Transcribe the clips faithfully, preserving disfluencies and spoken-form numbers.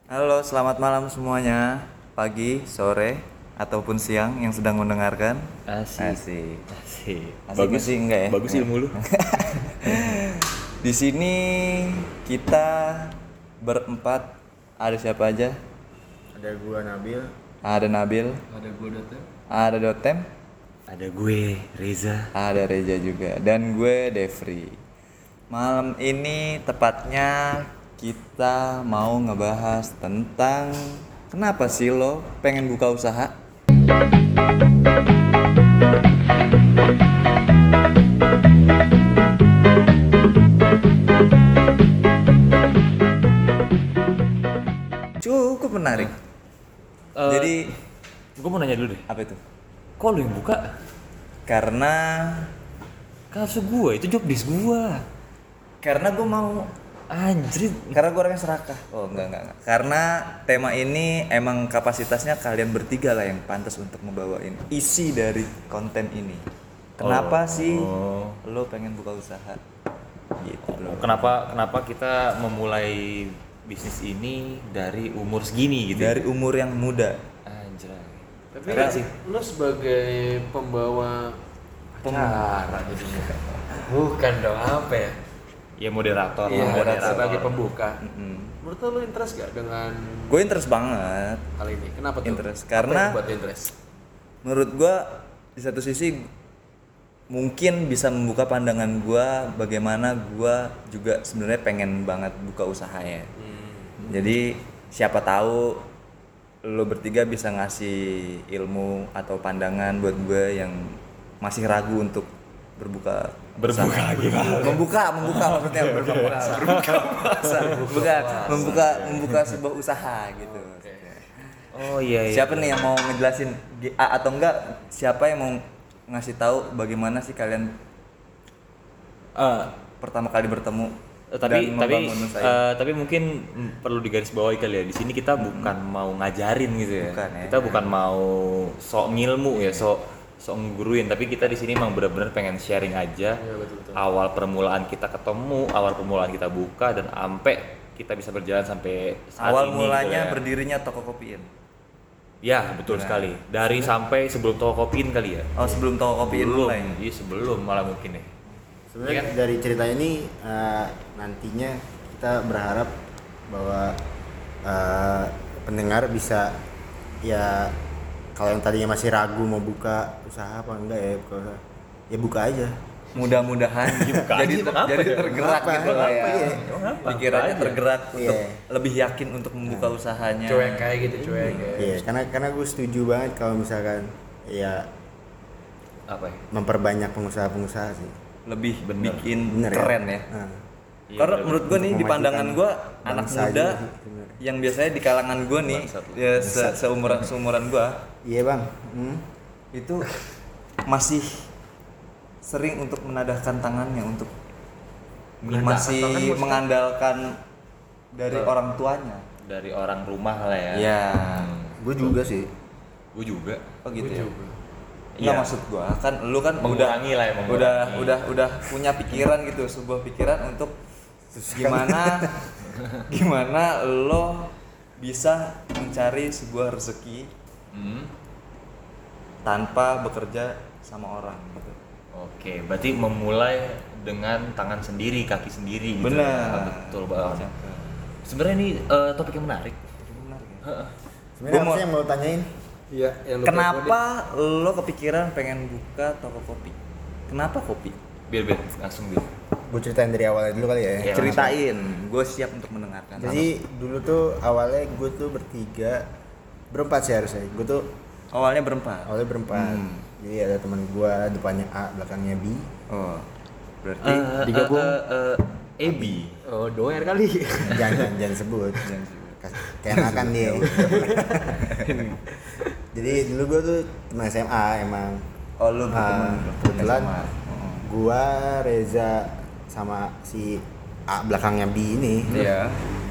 Halo, selamat malam semuanya. Pagi, sore, ataupun siang yang sedang mendengarkan. Asik. Asik. Asik. Asik Bagus sih enggak ya? Bagus ilmu lu. Di sini kita berempat. Ada siapa aja? Ada gua Nabil, Ada Nabil, ada gua Dotem, ada Dotem, Ada gue, Reza. ada Reza juga, dan gue Devri. Malam ini tepatnya kita mau ngebahas tentang kenapa sih lo pengen buka usaha? Cukup menarik. Eh, Jadi gue mau nanya dulu deh. apa itu? Kok lu yang buka? Karena Kasus gue, itu job desk gue. karena gue mau Anjrit. Karena gue orangnya serakah. Oh enggak, enggak, enggak. Karena tema ini emang kapasitasnya kalian bertiga lah yang pantas untuk membawain isi dari konten ini. Kenapa Oh. sih Oh. lo pengen buka usaha? Gitu bro. Kenapa kenapa kita memulai bisnis ini dari umur segini gitu? Dari umur yang muda. Anjray. Tapi Keren sih. lu sebagai pembawa Pem- acara jadinya. Bukan dong, apa ya? Ya moderator Iya, lah, moderator. sebagai pembuka. Mm-mm. Menurut lu interest gak dengan Gue interest banget. hal ini? Kenapa tuh? Interest, Apa karena- yang buat interest? Menurut gue di satu sisi mungkin bisa membuka pandangan gue bagaimana gue juga sebenarnya pengen banget buka usahanya. Hmm. Jadi siapa tahu lo bertiga bisa ngasih ilmu atau pandangan buat gue yang masih ragu untuk berbuka Berbuka usaha. lagi, Pak. membuka membuka maksudnya berbuka berbuka usaha. membuka membuka membuka sebuah usaha gitu. Oh iya iya. Siapa nih yang mau ngejelasin G- A- atau enggak siapa yang mau ngasih tahu bagaimana sih kalian Eh, pertama kali bertemu Eh, tapi dan tapi membangun usaha ini? eh, tapi mungkin mm, perlu digarisbawahi kali ya, di sini kita bukan mau ngajarin gitu ya, Bukan ya. kita bukan mau sok ngilmu ya, sok sok nguruin, tapi kita di sini emang benar-benar pengen sharing aja. Iya, betul, betul. Awal permulaan kita ketemu, awal permulaan kita buka, dan ampe kita bisa berjalan sampai saat awal ini mulanya gitu ya. berdirinya toko kopiin. Ya betul sekali, dari sampai sebelum toko kopiin kali ya. Oh sebelum toko kopiin Belum, mulai. iya sebelum malah mungkin ya. Sebenarnya Iya. dari cerita ini eh, nantinya kita berharap bahwa eh, pendengar bisa ya kalau yang tadinya masih ragu mau buka usaha apa enggak ya buka usaha, ya buka aja. Mudah-mudahan jadi ter- Kenapa jadi ya? tergerak Kenapa? gitu lah ya. Kenapa ya? Kenapa? Pikirannya Buka aja. tergerak untuk Iya. lebih yakin untuk membuka usahanya. Cuek kayak gitu, cuek ya. Iya, karena karena gue setuju banget kalau misalkan ya Apa ya? memperbanyak pengusaha-pengusaha sih. Lebih Bener. bikin Bener ya? keren ya. Nah, Iya, Karena bener. menurut gue nih di Untuk pandangan gue memajukan anak bangsa muda juga sih sebenarnya. yang biasanya di kalangan gue nih Bangsat lu. ya se- seumuran seumuran gue iya bang. Hmm. itu masih sering untuk menadahkan tangannya untuk Menadahkan masih tangan maksudnya? mengandalkan dari Eh. orang tuanya. Dari orang rumah lah ya. Ya. Gue juga sih. Gue juga. Oh gitu Gua ya. juga. Enggak Iya. maksud gua kan lu kan udah Mengurangi lah ya, mengurangi. udah udah udah punya pikiran gitu, sebuah pikiran untuk gimana gimana lo bisa mencari sebuah rezeki Hmm. tanpa bekerja sama orang gitu. Oke, berarti memulai dengan tangan sendiri, kaki sendiri gitu. Benar. Ya, betul banget. Sebenarnya ini eh, topik yang menarik. Benar ya? Sebenarnya Gua apa mau- sih yang mau lu tanyain? Iya, yang lu Kenapa lo kepikiran pengen buka toko kopi? Kenapa kopi? Biar biar langsung biar. Gue ceritain dari awalnya dulu kali ya. Iya. Ceritain, gue siap untuk mendengarkan. Jadi dulu tuh awalnya gue tuh bertiga, berempat sih harusnya. Gue tuh awalnya berempat. awalnya berempat. Hmm. Jadi ada teman gue depannya A, belakangnya B. Oh, berarti Eh, digabung. eh, eh, eh, Ebi. Oh, doer kali. jangan jangan, jangan sebut. Jangan sebut. Kas- Keenakan dia. Jadi dulu gue tuh teman S M A emang. oh lu Ah, berteman kebetulan sama. Oh. Gua, Reza sama si A belakangnya B ini Iya.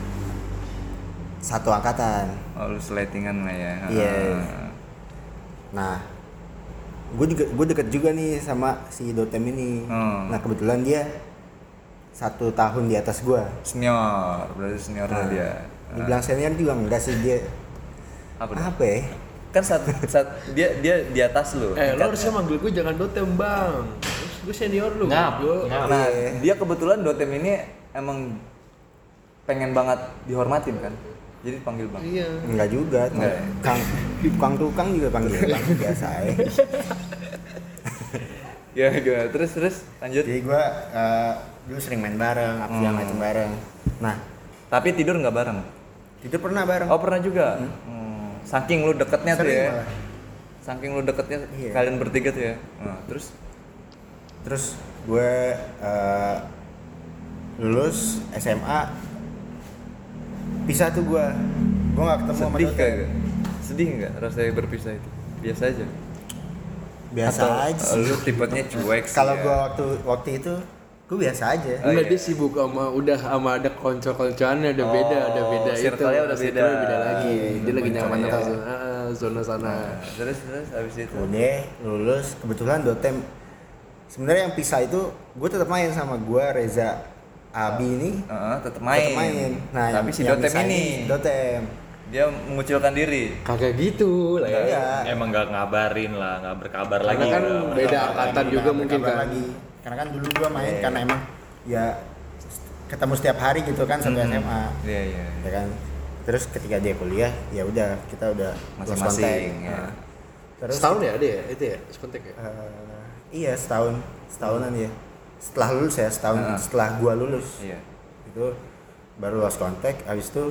satu angkatan. Oh lu seletingan lah ya. Iya. Ah. Nah, gue juga gue deket juga nih sama si Dotem ini. Hmm. Nah kebetulan dia satu tahun di atas gue. Senior, berarti seniornya Nah. dia. Dibilang senior juga enggak sih dia. Apa? dong? Apa ya? Kan saat, saat dia dia di atas lu. Eh, lo tingkatnya. harusnya manggil gue jangan Dotem, Bang. Terus gue senior lu. Ngap, Gue ngap. Nah, Iya. dia kebetulan Dotem ini emang pengen banget dihormatin kan. Jadi panggil Bang. iya. Enggak juga. Enggak ya? Kang tukang tukang juga panggil Bang biasa ya. Ya, gimana? Terus terus lanjut. Jadi gua eh, dulu sering main bareng, apa segala Hmm. macam bareng. Nah, Tapi tidur nggak bareng. itu pernah bareng. Oh, pernah juga. Hmm. Saking lu deketnya tuh Sering ya. malah. Saking lu deketnya Iya. kalian bertiga tuh ya. Nah, terus Terus gue eh, lulus S M A pisah tuh gue. Gue nggak ketemu sama sedih Dotem. kagak? Sedih nggak rasanya berpisah itu? Biasa aja. Biasa Atau aja sih. lu tipenya cuek sih. Kalau ya? gue waktu waktu itu gue biasa aja. Oh, Enggak, iya. dia sibuk sama udah sama ada konco-koncoannya ada Oh, beda, ada beda itu. circle-nya udah beda. Circle-nya beda lagi. Iya, Dia lagi nyaman konconya. sama zona, ah, zona sana. Nah, terus terus habis itu. Udah lulus, kebetulan Dotem sebenarnya yang pisah itu gue tetap main sama gue Reza Abi ini Heeh, tetap main. tetap main. Nah, tapi yang- si yang Dotem pisah ini Dotem. dia mengucilkan diri. Kagak gitu lah ya. Iya. Emang nggak ngabarin lah, nggak berkabar Karena lagi. kan udah. beda Nah, angkatan lagi, juga nah, mungkin berkabar kan. lagi. Karena kan dulu gue main Iya. karena emang ya ketemu setiap hari gitu kan satu Hmm. S M A. Iya iya. Ya kan. Terus ketika dia kuliah, ya udah kita udah lost Masing-masing, contact. ya. Nah, terus Setahun ya ada ya itu ya kontak ya. eh, iya setahun, setahunan ya. Setelah lulus ya, setahun Heeh. setelah gua lulus. Iya. Itu baru lost contact. Habis itu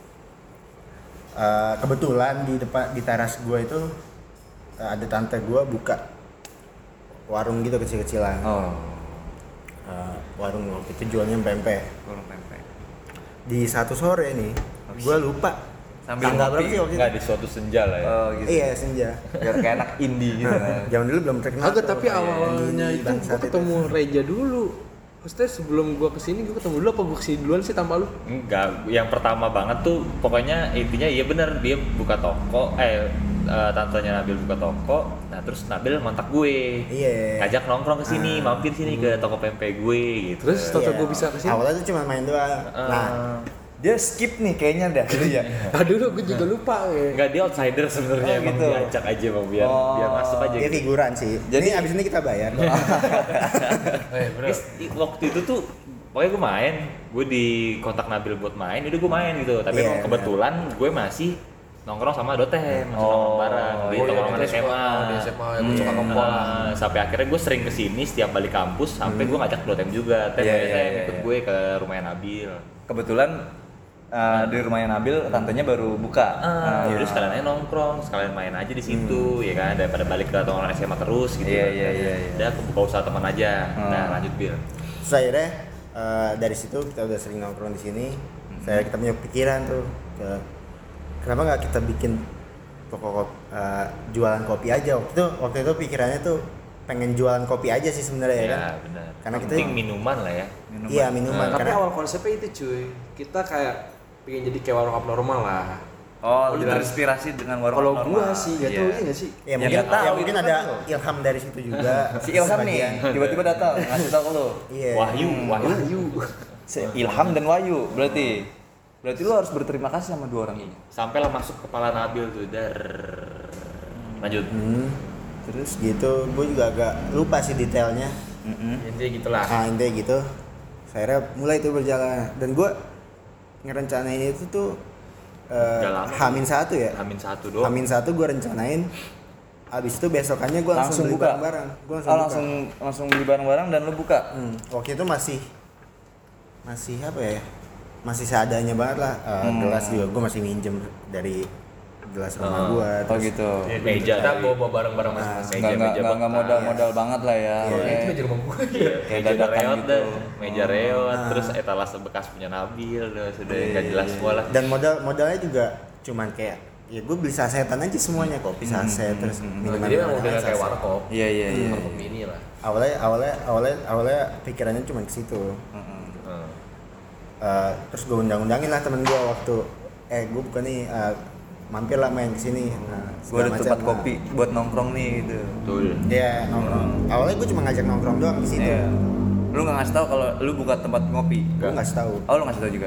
eh, kebetulan di depan di teras gua itu eh, ada tante gua buka warung gitu kecil-kecilan. Oh. Eh, warung waktu itu jualnya pempek. Kurang pempek. Di satu sore nih, gua lupa Sambil tanggal ngopi, berapa sih waktu itu? Nggak di suatu senja lah ya. Oh gitu. Iya, senja. Biar kayak anak indie gitu. Nah, zaman dulu belum terkenal. Kagak, tuh tapi kayak awalnya ini, itu bangsat gua ketemu Reja dulu. Maksudnya sebelum gua kesini gua ketemu dulu apa gua kesini duluan sih tanpa lu? Enggak, yang pertama banget tuh pokoknya intinya iya bener dia buka toko, eh eh, tantenya Nabil buka toko, nah terus Nabil kontak gue, Iya. ngajak nongkrong ke sini, Ah. mampir sini ke toko pempek gue gitu. Terus tau Iya. gua bisa kesini. Awalnya tuh cuma main doang. Eh, Nah, Dia skip nih kayaknya dah gitu ya. Ah dulu gua juga lupa ya. enggak, dia outsider sebenarnya, Oh, emang gitu. diajak aja bang biar Oh. biar masuk aja. dia gitu. figuran sih. Jadi- Jadi abis ini kita bayar. Eh, bro. Terus i- waktu itu tuh pokoknya gue main, gue di kontak Nabil buat main, udah gue main gitu. Tapi Iya, emang kebetulan gue masih nongkrong sama Dotem, masih Oh. nongkrong bareng di Oh, iya, tongkrongan dia S M A. suka- di S M A, gua suka Hmm. kempol. Ah, sampai akhirnya gue sering kesini setiap balik kampus, sampai gue ngajak Dotem juga. Tem, Iya, ayo, iya, Tem, iya, ikut iya. gue ke rumahnya Nabil. Kebetulan eh, di rumahnya Nabil tantenya baru buka. Ah, Nah, yaudah sekalian aja nongkrong, sekalian main aja di situ, ya kan, daripada balik ke tongkrongan S M A terus gitu. Iya, iya, iya, iya. Udah, aku buka usaha teman aja. Hmm. Nah, lanjut Bil. Terus akhirnya eh, dari situ kita udah sering nongkrong di sini. Saya kita punya pikiran tuh ke kenapa nggak kita bikin toko kop- eh, jualan kopi aja. Waktu itu waktu itu pikirannya tuh pengen jualan kopi aja sih sebenarnya ya kan. Ya, benar. Karena kita- Penting minuman lah ya. minuman. Iya minuman Tapi karena awal konsepnya itu cuy. Kita kayak pengen jadi kayak warung abnormal lah. Oh, lu Jelas. terinspirasi dengan warung Kalau normal. gua sih gak Iya. tahu iya gak sih? ya mungkin, nggak tahu, ya mungkin itu ada kan lo. ilham dari situ juga. Si Ilham nih Sebagian. tiba-tiba datang ngasih tau ke lu. Iya. Wahyu, Wahyu. Wahyu. Si Ilham dan Wahyu berarti. Berarti lu harus berterima kasih sama dua orang ini. Sampailah masuk kepala Nabil tuh, dar. Lanjut. Hmm, terus gitu, gue juga agak lupa sih detailnya. Mm-mm. Intinya gitulah. Ah intinya gitu. Saya mulai itu berjalan dan gue ngerencanain itu tuh eh, Udah lama. Hamin satu ya. Hamin satu doang. Hamin satu gue rencanain. Abis itu besokannya gue langsung, Langsung beli buka. barang-barang. Gue langsung, Oh, buka. langsung langsung beli barang-barang dan lu buka. Hmm, waktu itu masih masih apa ya? Masih seadanya banget lah. Eh, Hmm. Gelas juga gue masih minjem dari gelas rumah Oh. gue. Oh gitu. Meja Kita tadi. bawa bawa barang-barang masing-masing. Nggak nggak nggak nggak modal-modal banget lah ya. Iya. Oke. Itu meja rumah gua. Iya, Kayak meja dadakan reot gitu. dah, meja reot, Ah. terus etalase bekas punya Nabil, udah sudah Iya, nggak jelas iya. semua lah. Dan modal modalnya juga cuman kayak ya gue beli sasetan aja semuanya, kopi saset terus minuman Jadi memang udah saset. kayak warkop. Iya iya iya. Warkop mini lah. Awalnya awalnya awalnya awalnya pikirannya cuma ke situ. Mm-mm. Hmm. Eh, terus gue undang-undangin lah temen gue waktu eh gue bukan nih eh, mampir lah main kesini. Nah, Gua ada segala tempat macam. kopi buat nongkrong nih gitu. Betul. Nah, iya nongkrong. Awalnya gue cuma ngajak nongkrong doang di situ. Iya. Lu nggak ngasih tahu kalau lu buka tempat ngopi? Gue nggak tahu. Oh, lu ngasih tahu juga.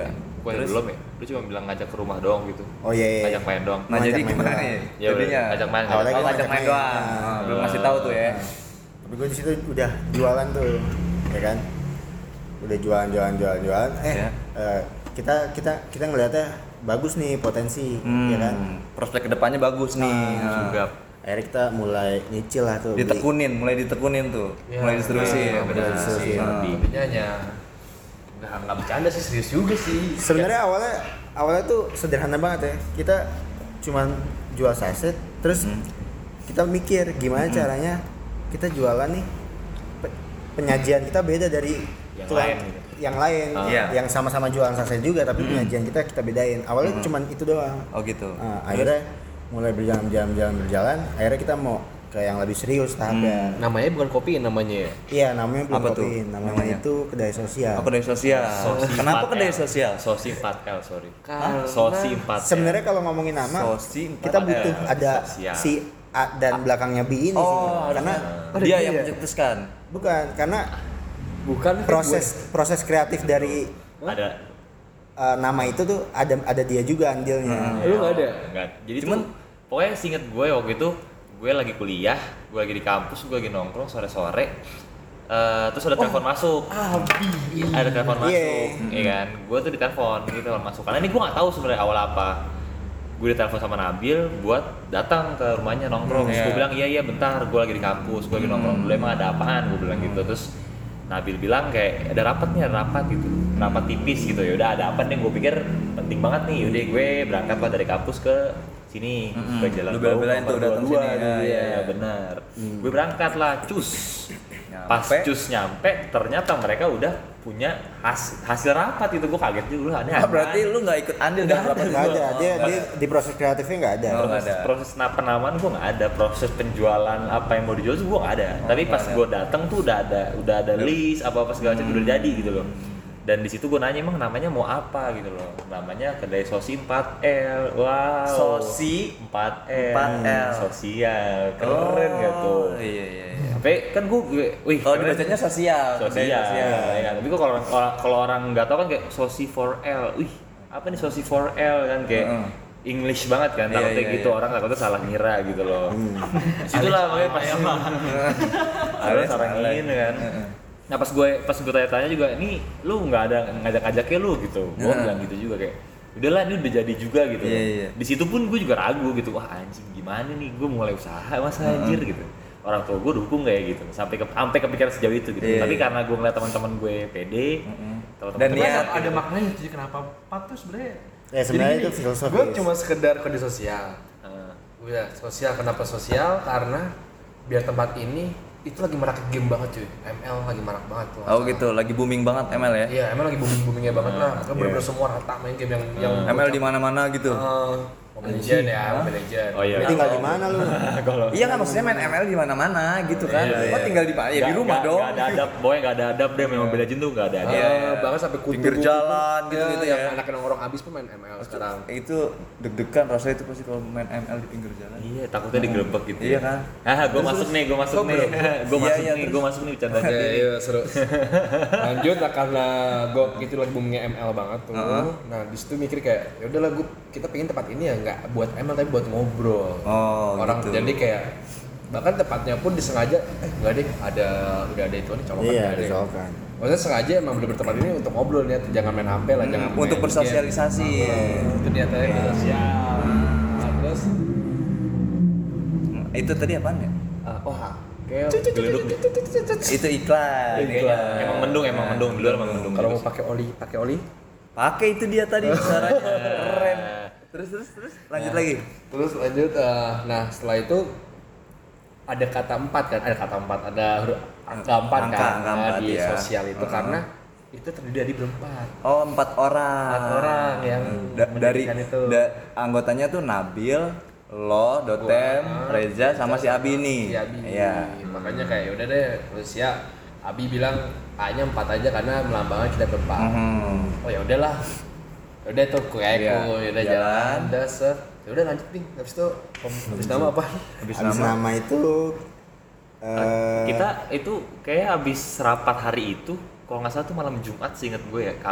Gue belum ya, lu cuma bilang ngajak ke rumah doang gitu. Oh iya iya. Ngajak main doang. Nah Ngajak jadi main gimana doang. nih? Ya udah, Jadinya ngajak main, Awalnya ngajak oh, kita ngajak main doang. Nah, Ah, belum ngasih tahu tuh ya. Tapi gue di situ udah jualan tuh, ya kan? Udah jualan jualan jualan jualan. Eh Ya. eh, kita kita kita ngelihatnya bagus nih potensi, Hmm, ya kan? prospek kedepannya bagus nih. Ah. juga. Akhirnya kita mulai nyicil lah tuh. beli. Ditekunin, mulai ditekunin tuh, Ya, mulai distribusi. Iya, benar distribusi. sih. Ah. Intinya hanya nggak nggak bercanda sih, serius juga sih. Sebenarnya awalnya awalnya tuh sederhana banget ya. Kita cuman jual saset, terus Hmm. kita mikir gimana caranya kita jualan nih pe- penyajian kita beda dari Yang tukang- lain gitu. yang lain, Ah. Iya. yang sama-sama jualan saset juga, tapi penyajian kita kita bedain. Awalnya cuman itu doang. Oh gitu. Nah, akhirnya mulai berjalan berjalan berjalan berjalan, akhirnya kita mau ke yang lebih serius tahapnya. Namanya bukan kopi namanya ya. Iya, namanya belum Apa tuh kopiin. Namanya, namanya? itu kedai sosial. Oh, kedai sosial. Sosi Kenapa empat kedai L. sosial? Sosi empat L, sorry. Karena- Sosi empat L. Sebenarnya kalau ngomongin nama, Sosi empat kita L. butuh ada Sosial. si A dan belakangnya B ini sih. Oh, Karena Oh, dia dia yang ya? mencetuskan. bukan, karena bukan proses proses kreatif dari Ada uh, nama itu tuh ada ada dia juga andilnya. Lu nggak ada? Enggak. Jadi Cuman- tuh pokoknya seinget gue waktu itu gue lagi kuliah, gue lagi di kampus, gue lagi nongkrong sore-sore. Eh, terus ada telepon masuk. Abi. Ada telepon Iya. masuk, ya kan? Gue tuh ditelepon, gitu telepon masuk. Karena ini gue nggak tahu sebenarnya awal apa. Gue ditelepon sama Nabil buat datang ke rumahnya nongkrong. Terus Hmm, gue iya. bilang iya iya bentar, gue lagi di kampus, gue lagi nongkrong dulu. Emang ada apaan? Gue bilang gitu. Terus Nabil bilang kayak ada rapat nih, ada rapat gitu, rapat tipis gitu. Ya udah ada apa nih? Gue pikir penting banget nih. Yaudah gue berangkat lah dari kampus ke sini, Mm-mm. ke jalan Lu Bau, bela-belain nomor tuh datang dua puluh dua sini. dulu, Ah, ya, iya. benar. Gue berangkat lah, cus. Nyampe. Pas cus nyampe, ternyata mereka udah punya has- hasil rapat itu. Gue kaget juga, ini Ah, berarti lu nggak ikut andil dalam rapat Nggak itu? ada, dia dia di proses kreatifnya nggak ada. Oh, nggak proses, ada. proses na- penamaan gue nggak ada, proses penjualan apa yang mau dijual gue nggak ada. Oh, Tapi nggak pas ada. gue datang tuh udah ada udah ada list apa apa segala macam udah jadi gitu loh. Dan di situ gue nanya emang namanya mau apa gitu loh. Namanya kedai Sosi empat L. Wow. Sosi empat L. empat L. Sosial. Keren Oh, gak tuh? Iya iya iya. Tapi kan gue, gue wih. Kalau keren. dibacanya sosial. Sosial, kedai ya kan. Tapi kok kalau orang kalau- kalau orang nggak tahu kan kayak Sosi four L, wih apa nih Sosi four L kan kayak Heeh. English banget kan, Iya, takutnya iya, gitu iya. orang takutnya salah ngira gitu loh. Situlah makanya pas ada Alias salah salah. ngira kan. Heeh. Nah pas gue pas gue tanya-tanya juga, ini lu nggak ada ngajak-ngajaknya lu gitu, gue Heeh. bilang gitu juga kayak udahlah ini udah jadi juga gitu. Iya, iya. Di situ pun gue juga ragu gitu, wah anjing gimana nih gue mulai usaha masa anjir gitu. Orang tua gue dukung kayak gitu, sampai ke, sampai kepikiran sejauh itu gitu. Iya, Tapi iya. karena gue ngeliat teman-teman gue pede, Mm-mm. teman-teman Dan temen niat gue- Ada, ada maknanya sih kenapa empat tuh sebenarnya. Ya sebenarnya itu filosofis. Gue cuma sekedar kode sosial. Heeh. Udah sosial, kenapa sosial? Karena biar tempat ini itu lagi merakit game banget cuy. M L lagi marak banget tuh. Oh gitu, lagi booming banget M L ya? Iya, M L lagi booming boomingnya banget lah. Kan Iya. bener-bener semua rata main game yang yang M L di mana-mana gitu. Eh, Mobile Legend ya, Mobile Legend. Oh iya. Lu tinggal di mana lu? Kalau Iya kan maksudnya main M L di mana-mana gitu kan. Iya, Kok tinggal di mana? Ya di Nggak- rumah nggak- dong. nggak ada adab, pokoknya nggak ada adab deh main Mobile Legends tuh nggak ada adab. Iya. Eh, bahkan sampai kutu Pinggir jalan gitu-gitu ya. Yang anak nongkrong abis pun main M L sekarang. Itu deg-degan rasanya itu pasti kalau main M L di pinggir jalan. Iya, takutnya digerebek gitu. Iya kan? Ah, gue masuk nih, gue masuk Oh, nih, bro. gue Iya, masuk iya, nih, terus. gue masuk nih bercanda Iya, nih. iya, seru. Lanjut lah karena gue itu lagi boomingnya M L banget tuh. Heeh. Nah, di situ mikir kayak ya udahlah gue kita pengen tempat ini ya nggak buat M L tapi buat ngobrol. Oh, Orang gitu. jadi kayak bahkan tempatnya pun disengaja eh enggak deh ada udah ada itu nih colokan Iya, nggak ada. disoalkan. Maksudnya sengaja emang bener tempat ini untuk ngobrol nih, jangan main H P lah, jangan main Untuk game. bersosialisasi. Itu niatnya sosial. Nah, terus Itu tadi apaan ya? ah, wah kayak Geluduk nih. Itu iklan. Iklan. Emang mendung, emang mendung, di luar emang mendung. kalau mau pakai oli, pakai oli. Pakai itu dia tadi suaranya. Keren. Terus terus terus lanjut Nah, lagi. Terus lanjut, eh, nah setelah itu ada kata empat kan, ada kata empat, ada huruf angka empat Angka- kan angka nah, empat, di ya. sosial itu Uh-uh. karena itu terdiri dari berempat. Oh, empat orang. Empat orang yang Da- dari mendirikan itu. da- anggotanya tuh Nabil, lo, Dotem, Gua, Reza sama si Abi nih. Si Abi. Iya. Makanya kayak udah deh, terus ya Abi bilang A-nya empat aja karena melambangnya kita berempat. Mhm. Oh ya udahlah. Udah tuh kayak Iya, aku udah jalan. jalan, udah set. Ya udah lanjut nih. Habis itu habis nama apa? Habis Habis nama. nama itu eh Kita itu kayak habis rapat hari itu, kalau nggak salah tuh malam Jumat seinget gue ya, kam-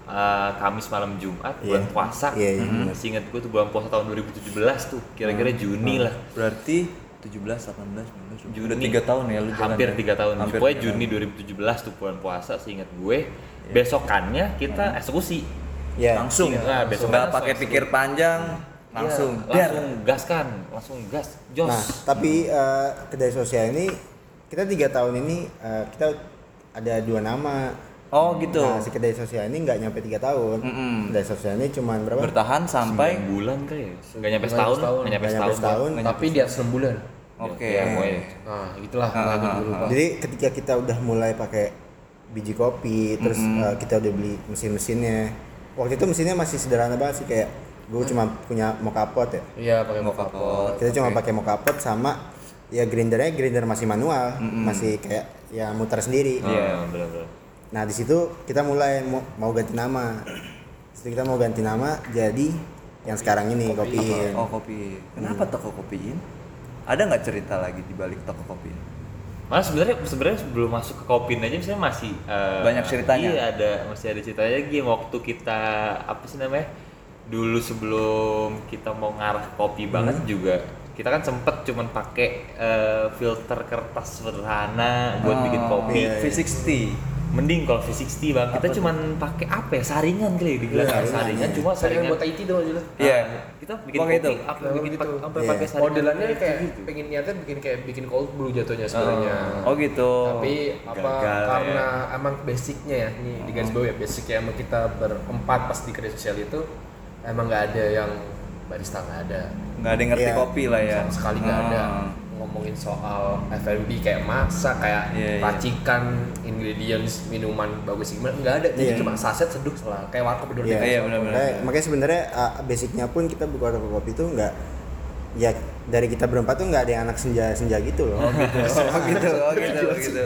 uh, Kamis malam Jumat Iya. bulan puasa. Iya, iya, benar. Seingat gue tuh bulan puasa tahun dua ribu tujuh belas tuh, kira-kira Juni lah. Berarti tujuh belas, delapan belas, sembilan belas, Juni. udah tiga tahun ya lu jalan Hampir ya? tiga tahun. Hampir Pokoknya tiga Juni tahun. dua ribu tujuh belas tuh bulan puasa, seingat gue. Besokannya kita eksekusi. Ya. Langsung, Nah, besok nggak langsung pakai eksekusi. pikir panjang, langsung. Iya, langsung gas kan, langsung gas, jos. Nah, tapi eh, kedai sosial ini kita tiga tahun ini eh, kita ada dua nama. Oh gitu. Nah, si kedai sosial ini nggak nyampe tiga tahun. Mm-mm. Kedai sosial ini cuma berapa? Bertahan sampai sembilan bulan kali ya? Nggak nyampe Nggak setahun, setahun. nggak nyampe Nggak nyampe setahun. setahun. Tapi di atas enam bulan. oke. Ya, pokoknya. Nah, gitulah. Ah, Nah, gue ah, juga lupa. Jadi ketika kita udah mulai pakai biji kopi, terus eh, kita udah beli mesin-mesinnya. Waktu itu mesinnya masih sederhana banget sih, kayak gue cuma punya moka pot ya. Iya, pakai Moka moka pot. Kita cuma pakai moka pot sama ya grindernya grinder masih manual, masih kayak ya muter sendiri. Iya, benar-benar. Nah di situ kita mulai mau, mau ganti nama. Di situ kita mau ganti nama jadi yang sekarang ini Kopiin. Oh kopi. Kenapa toko kopiin? Ada nggak cerita lagi di balik toko kopiin? Malah sebenarnya sebenarnya sebelum masuk ke Kopin aja misalnya masih eh, Banyak ceritanya. Iya, ada masih ada ceritanya lagi yang waktu kita apa sih namanya? Dulu sebelum kita mau ngarah ke kopi banget juga kita kan sempet cuman pakai eh, filter kertas sederhana buat bikin kopi. iya, iya. V enam puluh. Mending kalau V enam puluh Bang, kita cuman pakai apa ya? Saringan kali ya dibilang Iya, saringan, saringan, cuma Saringan saringan buat I T dong aja lah. Iya. kita bikin Pakai kopi itu? apa Kalau bikin gitu. pakai sampai Iya. pakai saringan Modelannya kayak gitu. pengen niatnya bikin kayak bikin cold brew jatuhnya sebenarnya. Oh gitu. Tapi apa Gagal ya. karena emang basicnya ya, ini di garis bawah ya basicnya emang kita berempat pas di kedai sosial itu emang nggak ada yang barista, nggak ada. Nggak ada yang ngerti Iya. kopi lah ya. Sama sekali nggak ada. Hmm. Ngomongin soal F and B kayak masak, kayak Iya, iya. racikan, ingredients, minuman bagus gimana nggak ada. Jadi Iya. cuma saset seduh salah kayak warkop di Iya, Iya, benar-benar. Makanya, makanya sebenarnya uh, basicnya pun kita buka toko kopi itu nggak ya dari kita berempat tuh nggak ada yang anak senja-senja gitu loh. Oh gitu. Oh gitu. Oh gitu. Oh gitu.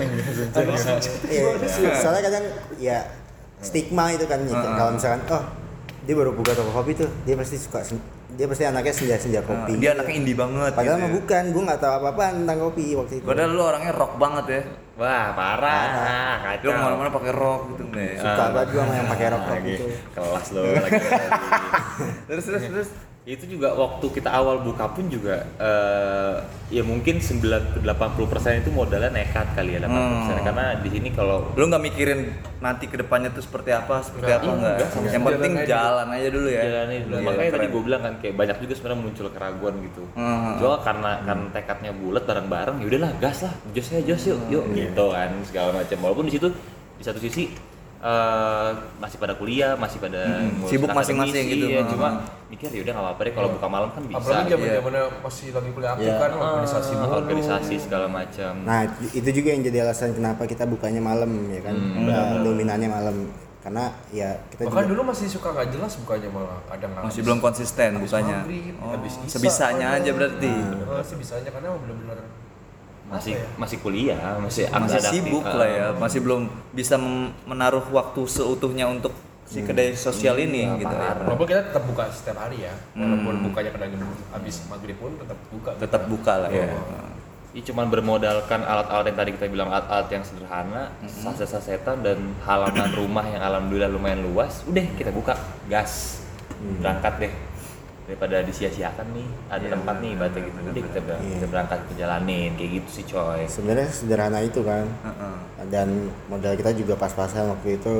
Iya, soalnya kadang ya stigma itu kan Heeh. kalau misalkan oh dia baru buka toko kopi tuh dia pasti suka sen- dia pasti anaknya senja-senja kopi. Dia anaknya indie banget. Padahal gitu mah ya. bukan, gue nggak tahu apa-apa tentang kopi waktu itu. Padahal lu orangnya rock banget ya. Wah, parah. Lu Kacau. kemana-mana pakai rock gitu deh. Suka banget gue sama yang pakai rok rok Lagi itu. kelas lo lagi. Terus terus terus. Itu juga waktu kita awal buka pun juga eh, ya mungkin sembilan ke delapan puluh persen itu modalnya nekat kali ya delapan puluh persen Hmm. karena di sini kalau Lu nggak mikirin nanti kedepannya tuh seperti apa, seperti Nggak, apa enggak? enggak, sama Yang sekali. penting Jalan aja jalan aja dulu ya. jalanin dulu. Iya, Makanya tadi keren. gue bilang kan kayak banyak juga sebenarnya muncul keraguan gitu. Hmm. Cuma karena kan tekadnya bulat bareng-bareng, ya udahlah gas lah, jos ya jos yuk, yuk gitu kan segala macam. Walaupun di situ di satu sisi eh, masih pada kuliah, masih pada Hmm, ngurus sibuk akademisi, masing-masing gitu. ya, Hmm. cuma mikir ya udah nggak apa-apa deh kalau buka malam kan bisa. Apalagi zaman iya. zamannya masih lagi kuliah aktif Iya. kan, organisasi Ah, mulu. organisasi segala macam. Nah itu juga yang jadi alasan kenapa kita bukanya malam ya kan, Hmm, Nah, dominannya malam karena ya kita Bahkan juga dulu masih suka nggak jelas bukanya malah kadang nggak Masih habis- belum konsisten habis bukanya. maghrib, Oh, habis isya, sebisanya kadang. aja berarti. Nah, sebisanya karena benar-benar masih apa ya? masih kuliah, masih Masih adaptif. sibuk Ah. lah ya, masih belum bisa mem- menaruh waktu seutuhnya untuk si kedai sosial ini Iya, gitu ya. parah. Walaupun kita tetap buka setiap hari ya, Hmm. walaupun bukanya kadang habis maghrib pun tetap buka. Tetap buka lah ya. Oh. Ini cuman bermodalkan alat-alat yang tadi kita bilang alat-alat yang sederhana, saset-sasetan dan halaman rumah yang alhamdulillah lumayan luas. Udah kita buka, gas, berangkat deh. Daripada disia-siakan nih, ada Iya, tempat nih batu gitu. Udah kita, ber- Iya. kita berangkat ke jalanin kayak gitu sih coy. sebenarnya sederhana itu kan, Heeh. dan modal kita juga pas-pasan waktu itu.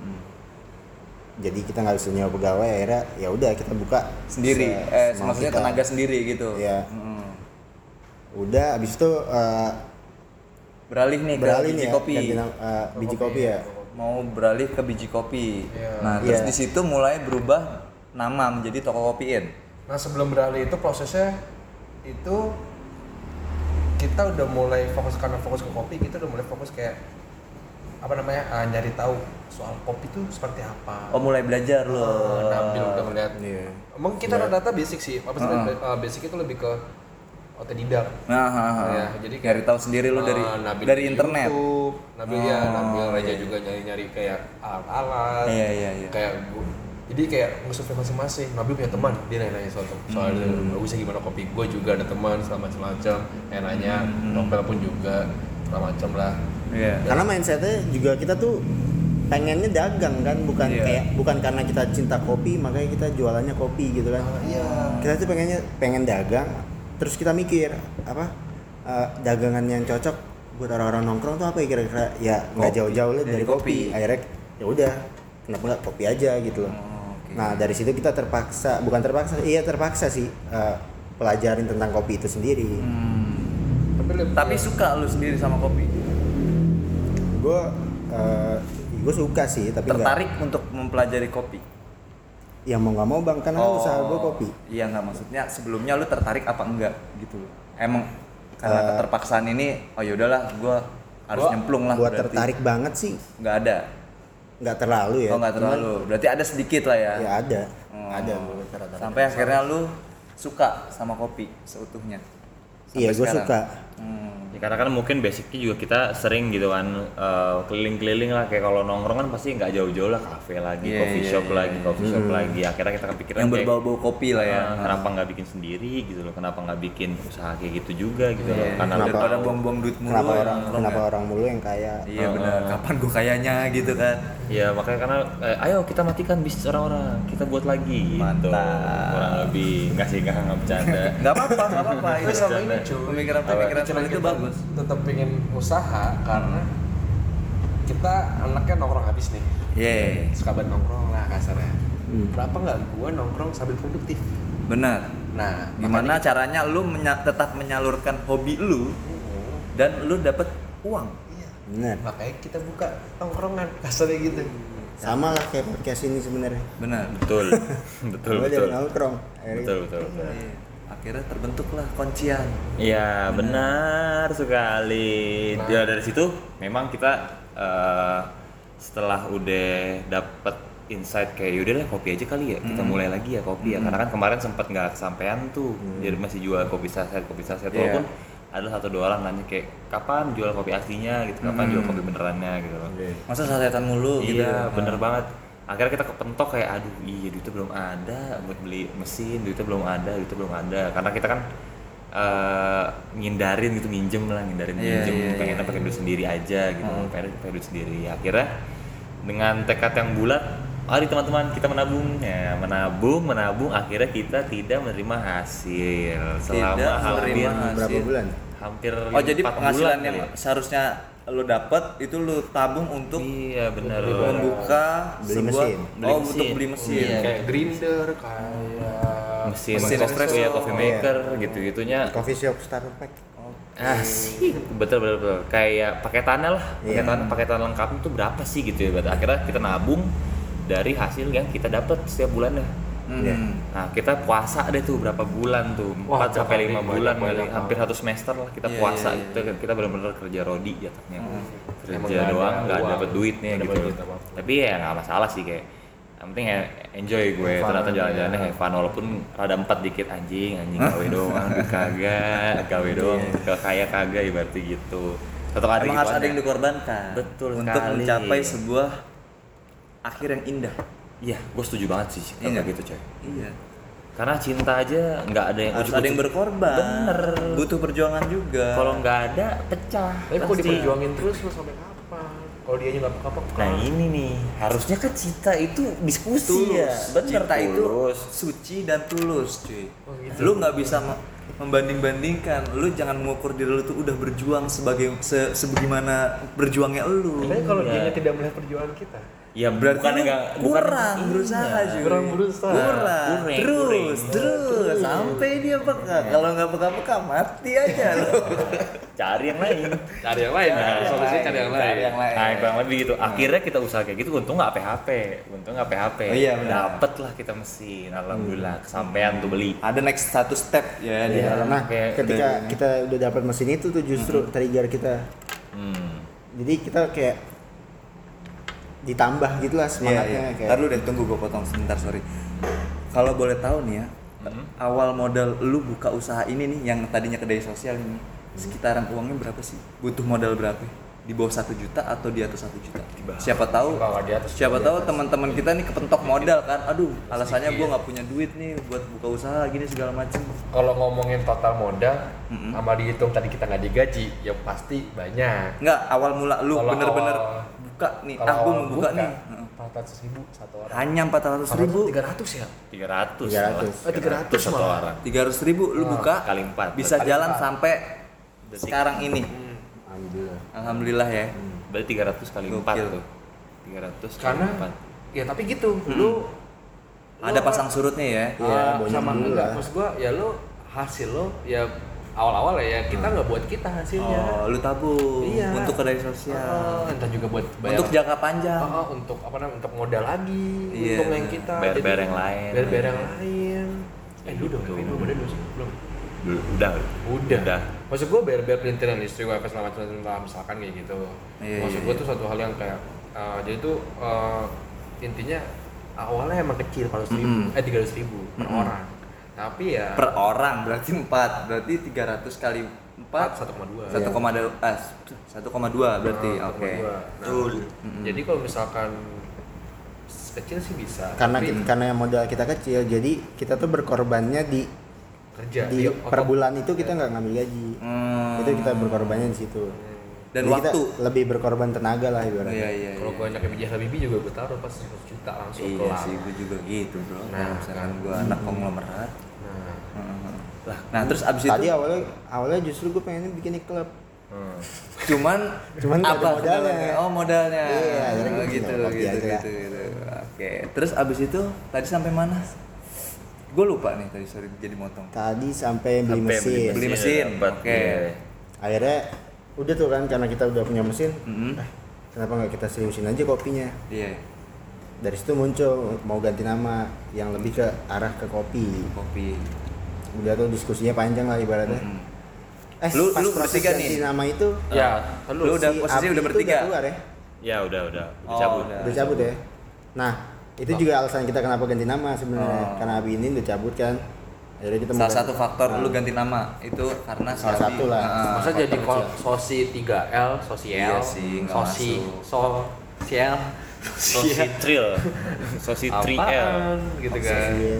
Jadi kita nggak bisa nyewa pegawai, akhirnya ya udah kita buka Sendiri, se- eh semau maksudnya kita. tenaga sendiri gitu. Iya. Heeh. Udah abis itu eh, Beralih nih beralih ke biji nih ya, kopi. ganti nam- eh, biji kopi ya. Mau beralih ke biji kopi. Iya. Nah, terus Iya. di situ mulai berubah nama menjadi toko kopiin. Nah sebelum beralih itu prosesnya itu kita udah mulai fokus karena fokus ke kopi, kita udah mulai fokus kayak apa namanya uh, nyari tahu soal kopi itu seperti apa. Oh, mulai belajar Uh, loh. Nabil udah ngeliat. Iya. Emang kita rata-rata basic sih, apa sih Heeh. uh, basic itu lebih ke otodidak. Nah, ha, ha. Ya, jadi Cari tahu sendiri lu dari uh, Nabil dari di internet. YouTube, Nabil ya, Oh, Nabil Raja iya. juga nyari-nyari kayak alat-alat. Iya, iya, iya. Kayak gua, jadi kayak nge-survey masing-masing. Nabil punya teman, dia nanya-nanya soal soal Hmm. bagusnya gimana kopi. Gue juga ada teman segala macam-macam. Yang nanya, Hmm. Novel pun juga segala macam lah. Iya. Karena mindsetnya juga kita tuh pengennya dagang kan, bukan Iya. kayak bukan karena kita cinta kopi makanya kita jualannya kopi gitu kan. Oh, iya. Kita tuh pengennya pengen dagang, terus kita mikir apa eh, dagangan yang cocok buat orang-orang nongkrong tuh apa ya kira-kira? Ya nggak Kopi. jauh-jauh lah Dari dari, kopi. kopi. Akhirnya ya udah, kenapa nggak kopi aja gitu loh. Oh, oke. Nah dari situ kita terpaksa, bukan terpaksa, iya terpaksa sih eh, pelajarin tentang kopi itu sendiri. Hmm. Tapi lebih Tapi suka lu sendiri sama kopi? Gue uh, gue suka sih, tapi nggak- Tertarik untuk mempelajari kopi? ya mau nggak mau bang, karena Oh, usaha gue kopi. Iya nggak, maksudnya sebelumnya lu tertarik apa enggak gitu loh. Emang karena Eh, keterpaksaan ini, oh yaudahlah gue harus Gua- nyemplung lah. Gue berarti. tertarik banget sih, Nggak ada. nggak terlalu ya. Oh nggak cuman terlalu. Berarti ada sedikit lah ya. Ya ada, Oh. ada gue tertarik. Sampai akhirnya lu suka sama kopi seutuhnya. Sampai Iya gue sekarang. suka. Hmm. Ya, karena kan mungkin basicnya juga kita sering gitu kan eh, keliling-keliling lah, kayak kalau nongkrong kan pasti nggak jauh-jauh lah, kafe lagi, Iya, coffee iya, shop iya, lagi, iya. coffee shop lagi. Akhirnya kita kepikiran Yang kayak, berbau-bau kopi lah ya. "Ah, kenapa nggak bikin sendiri gitu loh, kenapa nggak bikin usaha kayak gitu juga gitu loh, Iya, karena kenapa- daripada buang-buang duit mulu. Kenapa ya orang nongkrong kenapa ya. orang mulu yang kaya? Iya benar. Kapan gue kayanya gitu kan? ya makanya karena eh, ayo kita matikan bisnis orang-orang, kita buat lagi gitu. Mantap. Kurang lebih nggak sih, nggak nggak bercanda. Nggak apa-apa, nggak apa-apa. Tapi Itu sama ini cuy, pemikiran-pemikiran Apa? seperti itu Kita bagus. tetap pengen usaha karena kita anaknya nongkrong habis nih, Iya, suka banget nongkrong lah kasarnya. Hmm. Kenapa nggak gua nongkrong sambil produktif? benar. Nah, Gimana caranya lu menya- tetap menyalurkan hobi lu dan lu dapet uang? Iya. Bener. Makanya kita buka nongkrongan kasarnya gitu. Sama lah kayak podcast ini sebenarnya. Benar. Betul, betul, Gue betul, dari nongkrong. Akhirnya betul, betul, betul. Iya. Akhirnya terbentuklah Koncian. Iya benar sekali. Nah. Ya dari situ memang kita eh, setelah udah dapet insight kayak yaudah lah kopi aja kali ya, kita mulai lagi ya kopi ya, karena kan kemarin sempat nggak kesampaian tuh, jadi masih jual kopi saset kopi saset Iya. walaupun ada satu dua orang nanya kayak kapan jual kopi aslinya gitu, kapan jual kopi benerannya gitu loh. Masa sasetan mulu gitu? Iya bener banget. Akhirnya kita kepentok kayak aduh iya duitnya belum ada buat beli mesin, duitnya belum ada, duitnya belum ada. Karena kita kan eh ngindarin gitu, minjem lah, ngindarin Iya, minjem, iya, pengennya iya. pakai duit sendiri aja gitu, Hmm. pengen pakai duit sendiri. Akhirnya dengan tekad yang bulat, mari teman-teman kita menabung, ya menabung, menabung. Akhirnya kita tidak menerima hasil selama Tidak hampir menerima hasil. berapa bulan? hampir Oh jadi empat penghasilan bulan yang kali ya. seharusnya lu dapat itu lu tabung untuk Iya benar. membuka Beli sebuah mesin. Beli oh mesin. untuk beli mesin. Iya. Kayak grinder, kayak mesin, Mesin espresso, espresso. ya, coffee maker gitu-gitunya. Coffee shop starter pack. Asik, betul betul betul. Kayak paketannya lah, Iya. paketan paketan lengkap itu berapa sih gitu ya. Berarti akhirnya kita nabung dari hasil yang kita dapat setiap bulannya. Hmm. Iya. Nah kita puasa deh tuh berapa bulan tuh, Wah, empat sampai lima banyak, bulan banyak, kali, banyak. hampir satu semester lah kita Iya, puasa. iya, Kita kita benar-benar kerja rodi jatuhnya, Emang kerja nggak ada doang nggak uang. dapat duitnya Nggak gitu. dapat duit apa-apa. Tapi ya nggak masalah sih, kayak yang penting ya enjoy gue. Fun, Ternyata jalan-jalannya ya. have fun, walaupun rada empat dikit, anjing anjing gawe doang, duit kagak, gawe doang, ke kaya kagak ibaratnya gitu. Tetap ada Emang gitu harus ada aja. yang dikorbankan Betul untuk sekali. mencapai sebuah akhir yang indah. Iya, gue setuju banget sih Iya kalau nggak? gitu coy. Iya. Karena cinta aja nggak ada yang Harus ujuk-ujuk. ada yang berkorban. Bener. Butuh perjuangan juga. Kalau nggak ada pecah. Tapi kok pasti. diperjuangin terus lo sampai kapan? Kalau dia nggak peka-peka. Nah ini nih, harusnya kan cinta itu diskusi tulus. ya. Bener, Cinta itu tulus. suci dan tulus, cuy. Oh, gitu. Lu nggak bisa me- membanding-bandingkan. Lu jangan mengukur diri lu tuh udah berjuang sebagai se sebagaimana berjuangnya lu. Tapi kalau Iya. dia tidak melihat perjuangan kita, Ya Berarti bukan lu enggak kurang bukan, berusaha iya. juga. Kurang berusaha. Kurang. Kurang, Terus, kurang. terus sampai dia peka. Kalau nggak peka-peka mati aja lu. Cari yang lain. cari yang lain. Nah, Solusinya cari yang lain. Cari yang lain. Nah, kurang lebih gitu. Akhirnya kita usaha kayak gitu, untung nggak P H P. Untung nggak P H P. Oh iya, benar. Dapet lah kita mesin. Alhamdulillah, kesampean tuh beli. Ada next satu step ya di Iya. dalam. Nah, kayak ketika udah- kita udah dapat mesin itu tuh justru trigger kita. Hmm. Jadi kita kayak ditambah gitu lah Iya, semangatnya iya. kayak. Ntar lu deh, tunggu gue potong sebentar, sorry. Kalau boleh tahu nih ya, Hmm. awal modal lu buka usaha ini nih, yang tadinya kedai sosial ini, sekitaran uangnya berapa sih? Butuh modal berapa? Di bawah satu juta atau di atas satu juta? Siapa tahu? Enggak, enggak di atas, siapa di tahu atas. teman-teman kita nih kepentok modal kan? Aduh, alasannya Sedikit. gue nggak punya duit nih buat buka usaha gini segala macem. Kalau ngomongin total modal, Mm-mm. sama dihitung tadi kita nggak digaji, ya pasti banyak. Nggak, awal mula lu Kalau bener-bener awal- buka nih, Kalau aku mau buka, nih. empat ratus ribu satu orang. Hanya empat ratus ribu. tiga ratus ya? tiga ratus tiga ratus. Oh, tiga ratus satu malah. orang. tiga ratus ribu lu Oh, buka kali empat. bisa Kali jalan empat. sampai Detik. sekarang ini. Alhamdullah. Alhamdulillah ya. Berarti tiga ratus kali Gokil. empat tuh. tiga ratus kali Karena empat. ya tapi gitu, lu Ada pasang surutnya ya. Iya, Ah, banyak sama dulu enggak, lah. maksud gua ya lu hasil lo ya awal-awal ya kita nggak buat kita hasilnya. Oh, lu tabung Iya. untuk kedai sosial. Oh, entah juga buat bayar Untuk jangka panjang. Oh, oh, untuk apa namanya untuk modal lagi Iya, untuk yang kita bayar-bayar jadi- yang lain. bayar-bayar yang lain eh lu udah Gitu. Kevin lu udah belum sih? belum Belum, udah. udah Udah. maksud gua bayar-bayar pelintiran listrik wifi segala macam macam, misalkan kayak gitu. Iya, Maksud iya, gua iya. tuh satu hal yang kayak uh, jadi tuh uh, intinya awalnya emang kecil kalau seribu Mm-mm. eh tiga ratus ribu per Mm-mm. orang tapi ya Per orang berarti empat. Berarti tiga ratus kali empat satu koma dua satu koma dua ah, satu koma dua berarti. Nah, Oke. Nah, Mm-mm. jadi kalau misalkan kecil sih bisa. Karena tapi kita, karena modal kita kecil, jadi kita tuh berkorbannya di kerja di Iya, per otot- bulan itu kita nggak ngambil gaji. Hmm. Itu kita berkorbannya di situ. Dan Jadi waktu. Kita lebih berkorban tenaga lah ibaratnya. Iya iya. Kalau iya. gue anaknya B J Habibie juga gue taruh pas seratus juta langsung Iya kelar. sih, gue juga gitu bro. Nah, Nah, misalkan kan. gue anak konglomerat. Nah, Heeh. Lah, nah terus abis Tadi itu awalnya awalnya justru gue pengen bikin klub. hmm. cuman Cuman nggak ada apa modalnya. modalnya? Oh modalnya. Iya, akhirnya oh, gue gitu, bikin kopi gitu, aja. gitu, gitu. Oke, terus abis itu tadi sampai mana? Gue lupa nih tadi, sorry jadi motong. Tadi sampai beli Sampai mesin. Beli mesin, dapat, oke. iya. Akhirnya udah tuh kan karena kita udah punya mesin. Mm-mm. eh, kenapa nggak kita seriusin aja kopinya? Iya, Dari situ muncul mau ganti nama yang lebih ke arah ke kopi. kopi. Udah tuh diskusinya panjang lah ibaratnya. Mm-mm. Eh, Lu- pas lu proses bertiga ganti nih? nama itu Ya, Lu udah si posisi Abi udah itu bertiga? udah keluar ya? Ya udah udah. Oh, Dicabut. udah. Udah cabut ya. Nah, itu juga alasan kita kenapa ganti nama sebenarnya. Oh. Karena Abi ini udah cabut kan. Akhirnya kita mau Salah ganti- satu faktor Nah, lu ganti nama itu karena si Salah Abi. satu lah. Heeh. masa faktor jadi kecil. kok sosi tiga L, sosial, Iya sih, nggak sosi, masuk. sosial, Sosi Trill. Sosi Trill. apaan gitu kan. Iya.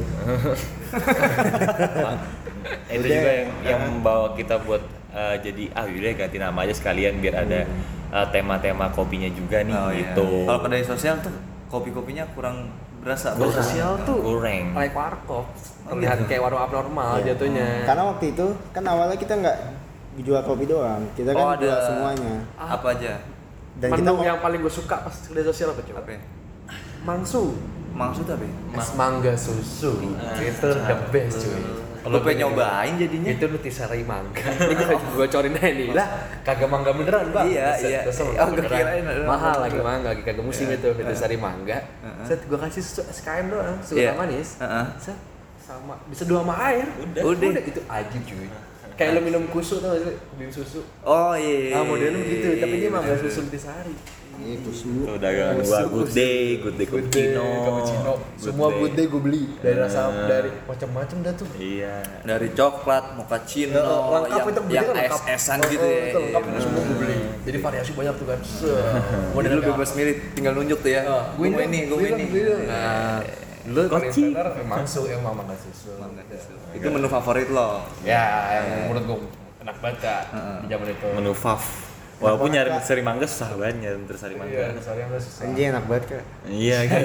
Itu Udah. juga yang yang membawa kita buat eh, jadi ah udah ganti nama aja sekalian biar ada eh, tema-tema kopinya juga nih Oh, iya. gitu. Kalau kedai sosial tuh kopi-kopinya kurang berasa. Kalau Bro. sosial tuh Kurang. kayak warkop, Oh, terlihat gitu. kayak warung abnormal Iya. jatuhnya. Karena waktu itu kan awalnya kita nggak jual kopi doang, kita kan Oh, ada jual semuanya. Apa aja? Dan menu kita mau yang paling gue suka pas di sosial apa coba? Apa ya? Mangsu, Maksud apa ya? es mangga susu, itu the best cuy. Lu pengen nyobain jadinya? Itu nutisari mangga. Ini gue gue corin aja nih lah, kagak mangga beneran bang. Iya, Set, iya. terus Oh, gua beneran. kirain ada mahal mangga. lagi mangga, lagi kagak musim itu nutisari mangga. Heeh. Set gue kasih susu S K M doang, susu Iya. manis. Heeh. Set sama diseduh sama air. Udah. Udah. itu ajib cuy. Kayak lu minum kusu tau gak sih? Minum susu. Oh iya. Ah modelnya begitu, tapi dia mangga bener. susu nutisari. itu semua Tuh dagangan gua good day, good day cappuccino. cappuccino. Semua good day gue beli. Dari rasa dari macam-macam dah tuh. Iya. Dari coklat, mochaccino, Oh, lengkap yang, itu yang bener lengkap. es-esan Oh, gitu oh, ya. itu lengkap Iya, itu semua bener. gue beli. Jadi variasi banyak tuh kan. Se. Jadi lu bebas milih, tinggal nunjuk tuh ya. gue mau ini, gue mau ini. Nah, lu Koci. komentar emang su emang mangga susu. Itu menu favorit lo. Ya, yang menurut gue enak banget Kak, Heeh. di zaman itu. Menu Faf. Walaupun nyari seri mangga susah banget nyari terus sari Iya, mangga. sorry yang susah. anjing enak banget kak. Iya kan.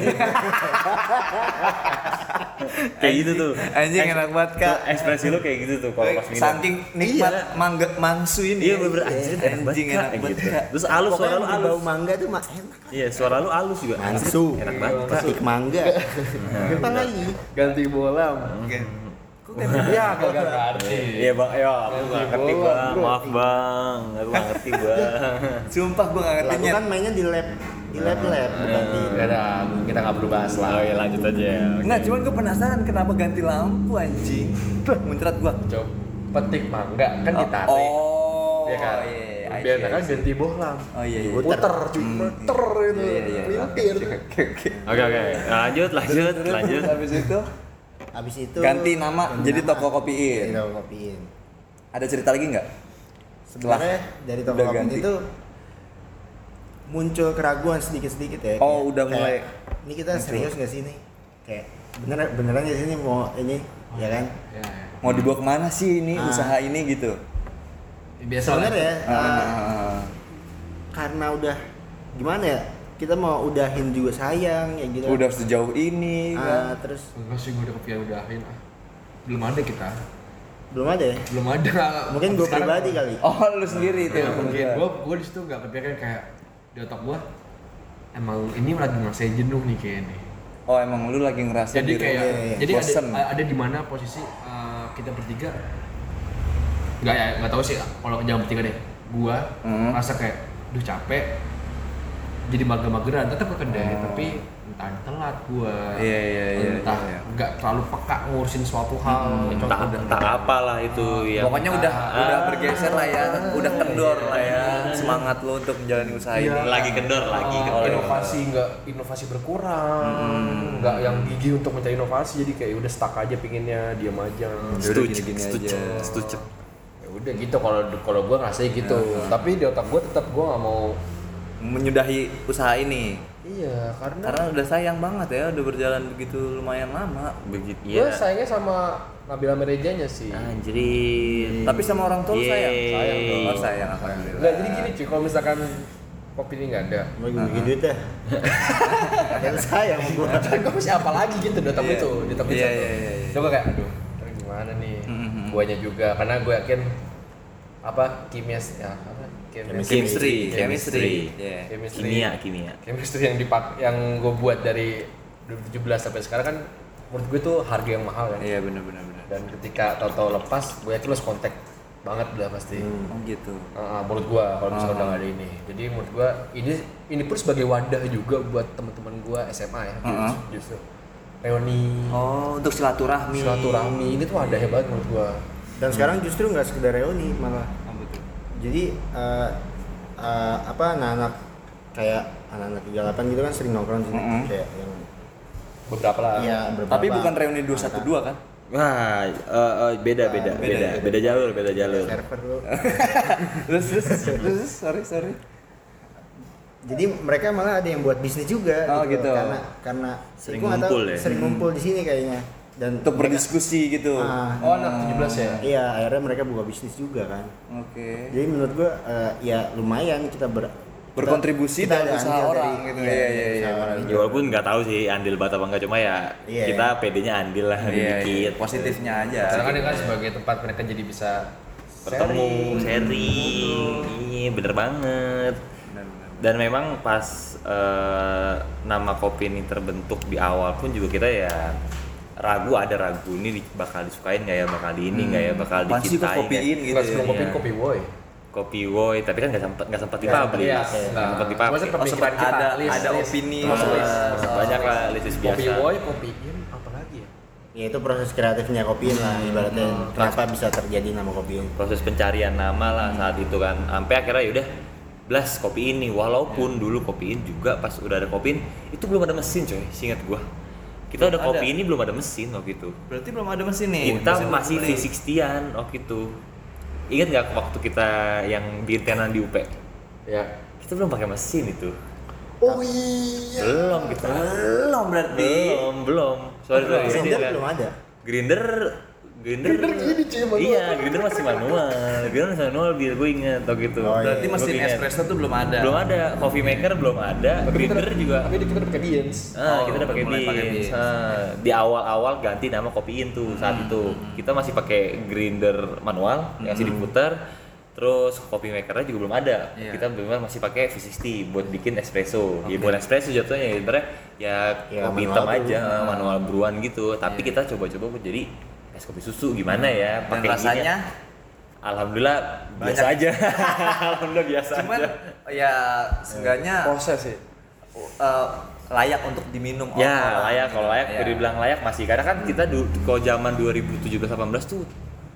Kayak gitu tuh. Anjing enak banget kak. Tuh, ekspresi lu kayak gitu tuh kalau pas minum. Saking nikmat mangga mangsu ini. Iya bener anjir enak banget Anjing Kak, enak kayak banget gitu. kak. Terus alus suara lu Pokoknya alus. bau mangga tuh mah enak. Iya, suara lu alus juga. Mangsu, Enak banget. Kak. petik mangga. Apa lagi? Ganti bola. Oke. Ya, kagak ngerti. Iya bang, ya aku nggak ngerti bola, bang, bro. maaf bang, aku nggak ngerti bang. Sumpah gue gak Lah ngerti gua nyet. kan mainnya di lab, di lab lab bukan di. Ya udah, kita nggak perlu bahas lah. Oh iya lanjut aja ya. Enggak, cuman gue penasaran kenapa ganti lampu anjing. Muncrat gua. Coba petik mangga kan ditarik. Oh. Ya kan? Iya, iya, I Biar see, I kan see. ganti bohlam. Oh iya iya. Puter. Puter, cuy, puter itu. Iya iya. Pelintir. Oke oke. Oke oke, lanjut lanjut Terus, lanjut. Habis itu Habis itu ganti nama ganti jadi nama. toko kopiin. Jadi toko kopiin. Ada cerita lagi nggak? Setelah Sebenarnya dari toko udah kopiin ganti. itu muncul keraguan sedikit-sedikit ya. Oh, kayak- udah kayak, mulai Ini kita muncul. serius nggak sih nih? Kayak beneran beneran ya sini mau ini ya kan? Ya. mau dibawa kemana sih ini Ah. usaha ini gitu? Biasa lah. Sebenarnya ya, Ah. karena udah gimana ya kita mau udahin juga sayang ya gitu. Udah sejauh ini Ah, kan. terus Enggak sih, gue udah kepikiran udahin ah. Belum ada kita. belum ada ya? Belum ada. Mungkin gue Sekarang- pribadi kali. Oh, lu sendiri itu. Ya, mungkin gue gue di situ nggak kepikiran kayak di otak gue emang ini lagi ngerasa jenuh nih kayaknya. Oh, emang lu lagi ngerasa Jadi di kayak rumah iya. jadi bosen. ada ada di mana posisi uh, kita bertiga nggak ya nggak tahu sih kalau jam bertiga deh. Gua Hmm. merasa kayak duh capek jadi mager-mageran tetap ke kedai Oh. tapi entah telat gua Iya, iya, iya, entah iya, iya. nggak terlalu peka ngurusin suatu hal entah contoh entah apalah itu yang Pokoknya udah Ah. udah bergeser lah ya, udah kendor lah ya semangat lu untuk menjalani usaha Iya. ini. lagi kendor lagi Ah, kendor. inovasi nggak inovasi berkurang nggak yang gigi untuk mencari inovasi jadi kayak udah stuck aja pinginnya diam aja Udah Setuju, gini-gini setuju, aja. setuju. ya udah gitu kalau kalau gue ngerasa gitu Ya. tapi di otak gue tetap gue nggak mau Menyudahi usaha ini. iya karena, Karena udah sayang banget ya, udah berjalan begitu lumayan lama. Begitu gue ya. sayangnya sama Nabila Merejanya sih Anjir. Tapi sama orang tua lu sayang. Yeay. Sayang dong. Oh, sayang alhamdulillah. nggak jadi gini cuy kalau misalkan kopi ini nggak ada Mau bagi duit dah. Yang sayang sama gua. gue masih apa lagi gitu di otak Iya. itu di otak Iya, itu iya, iya, iya. coba kayak aduh ntar gimana nih Mhm. guanya juga karena gue yakin apa kimias ya apa Chemistry, chemistry. Iya. chemistry Kimia, kimia. chemistry yang dipak yang gue buat dari dua ribu tujuh belas sampai sekarang kan menurut gue tuh harga yang mahal kan Iya, benar benar benar. dan ketika tahu-tahu lepas gue yakin lo kontak banget udah pasti Oh gitu. Uh, menurut gue kalau misalnya Ah. udah gak ada ini jadi menurut gue ini ini pun sebagai wadah juga buat teman-teman gue S M A ya Ah. justru reuni Oh, untuk silaturahmi. silaturahmi ini tuh wadahnya banget menurut gue Dan sekarang justru nggak sekedar reuni malah. Oh, betul. Jadi eh, eh, apa anak-anak kayak anak-anak tiga puluh delapan gitu kan sering nongkrong sini Mm-mm. kayak yang beberapa lah iya beberapa. Tapi bukan reuni dua satu dua kan? Wah, eh, eh, beda, beda, beda, beda, beda. beda jalur, beda jalur. server lu. Terus terus terus sorry sorry. Jadi mereka malah ada yang buat bisnis juga Oh, gitu. karena karena Sering gua nggak tahu, ngumpul ya? sering ngumpul di sini kayaknya dan Untuk berdiskusi gitu. Ah. oh anak tujuh belas ya iya akhirnya mereka buka bisnis juga kan. Oke. Jadi menurut gua eh, ya lumayan kita ber Berkontribusi kita- kita dalam ada usaha andil orang dari- gitu. iya, Iya, dari iya, usaha iya, orang. Ya walaupun nggak tahu sih andil bat apa enggak cuma ya Iya, kita iya. pedenya andil lah Iya, dikit. iya. Positifnya aja. karena kan ini kan sebagai tempat mereka jadi bisa Bertemu, sharing. sharing. Iya, bener banget. Benar, benar. Dan memang pas eh, nama kopi ini terbentuk di awal pun juga kita ya ragu ada ragu ini di- bakal disukain nggak ya bakal di ini nggak ya bakal Apaan sih kok dicintai nggak? kopiin gitu Nggak ya? sebelum kopi Iya. kopi boy Kopi woi tapi kan nggak sempat nggak sempat Nggak dipublish sempat, iya. nggak Nggak. sempat Cuma dipublish sempat Oh, sempat Pemikiran kita, ada list, ada list. opini. Masuk list. Ah, Masuk banyak list. lah list kopi biasa boy kopiin apa lagi ya Ya itu proses kreatifnya kopiin lah ibaratnya Hmm. kenapa bisa terjadi nama kopiin. proses pencarian nama lah saat itu kan sampai akhirnya yaudah blas kopiin nih walaupun dulu kopiin juga pas udah ada kopiin itu belum ada mesin coy seingat gua kita Belum udah ada. kopi ini belum ada mesin waktu itu Berarti belum ada mesin nih. kita Mesin masih beli. V enam puluh-an waktu itu ingat nggak waktu kita yang di tenan di U P ya kita belum pakai mesin itu oh iya belum kita Belum berarti. belum belum sorry sorry ini Grinder nggak- belum ada. grinder grinder, Grinder gini, cuy, manual. iya grinder masih manual grinder masih manual biar gue inget tau gitu Oh, iya. Berarti mesin Gua ingat. espresso tuh belum ada. belum ada coffee maker belum ada Tapi kita- grinder juga tapi kita udah pakai Beans ah, Oh, kita udah pakai mulai pakai Beans. Beans. Ah, di awal-awal ganti nama kopiin tuh saat Hmm, itu kita masih pakai grinder manual yang masih diputar terus coffee makernya juga belum ada Iya. kita benar masih pakai V enam puluh buat bikin espresso ya buat espresso jatuhnya ya sebenarnya ya Ya, kopi manual hitam tuh. aja ah, manual brewan gitu tapi Iya. kita coba-coba buat jadi es kopi susu gimana ya Dan pakai rasanya ininya. Alhamdulillah biasa Banyak. aja alhamdulillah biasa cuman aja ya seenggaknya proses sih uh, layak untuk diminum ya orang, layak gitu. kalau layak Ya. bisa dibilang layak masih karena kan kita du- kalau zaman dua ribu tujuh belas delapan belas tuh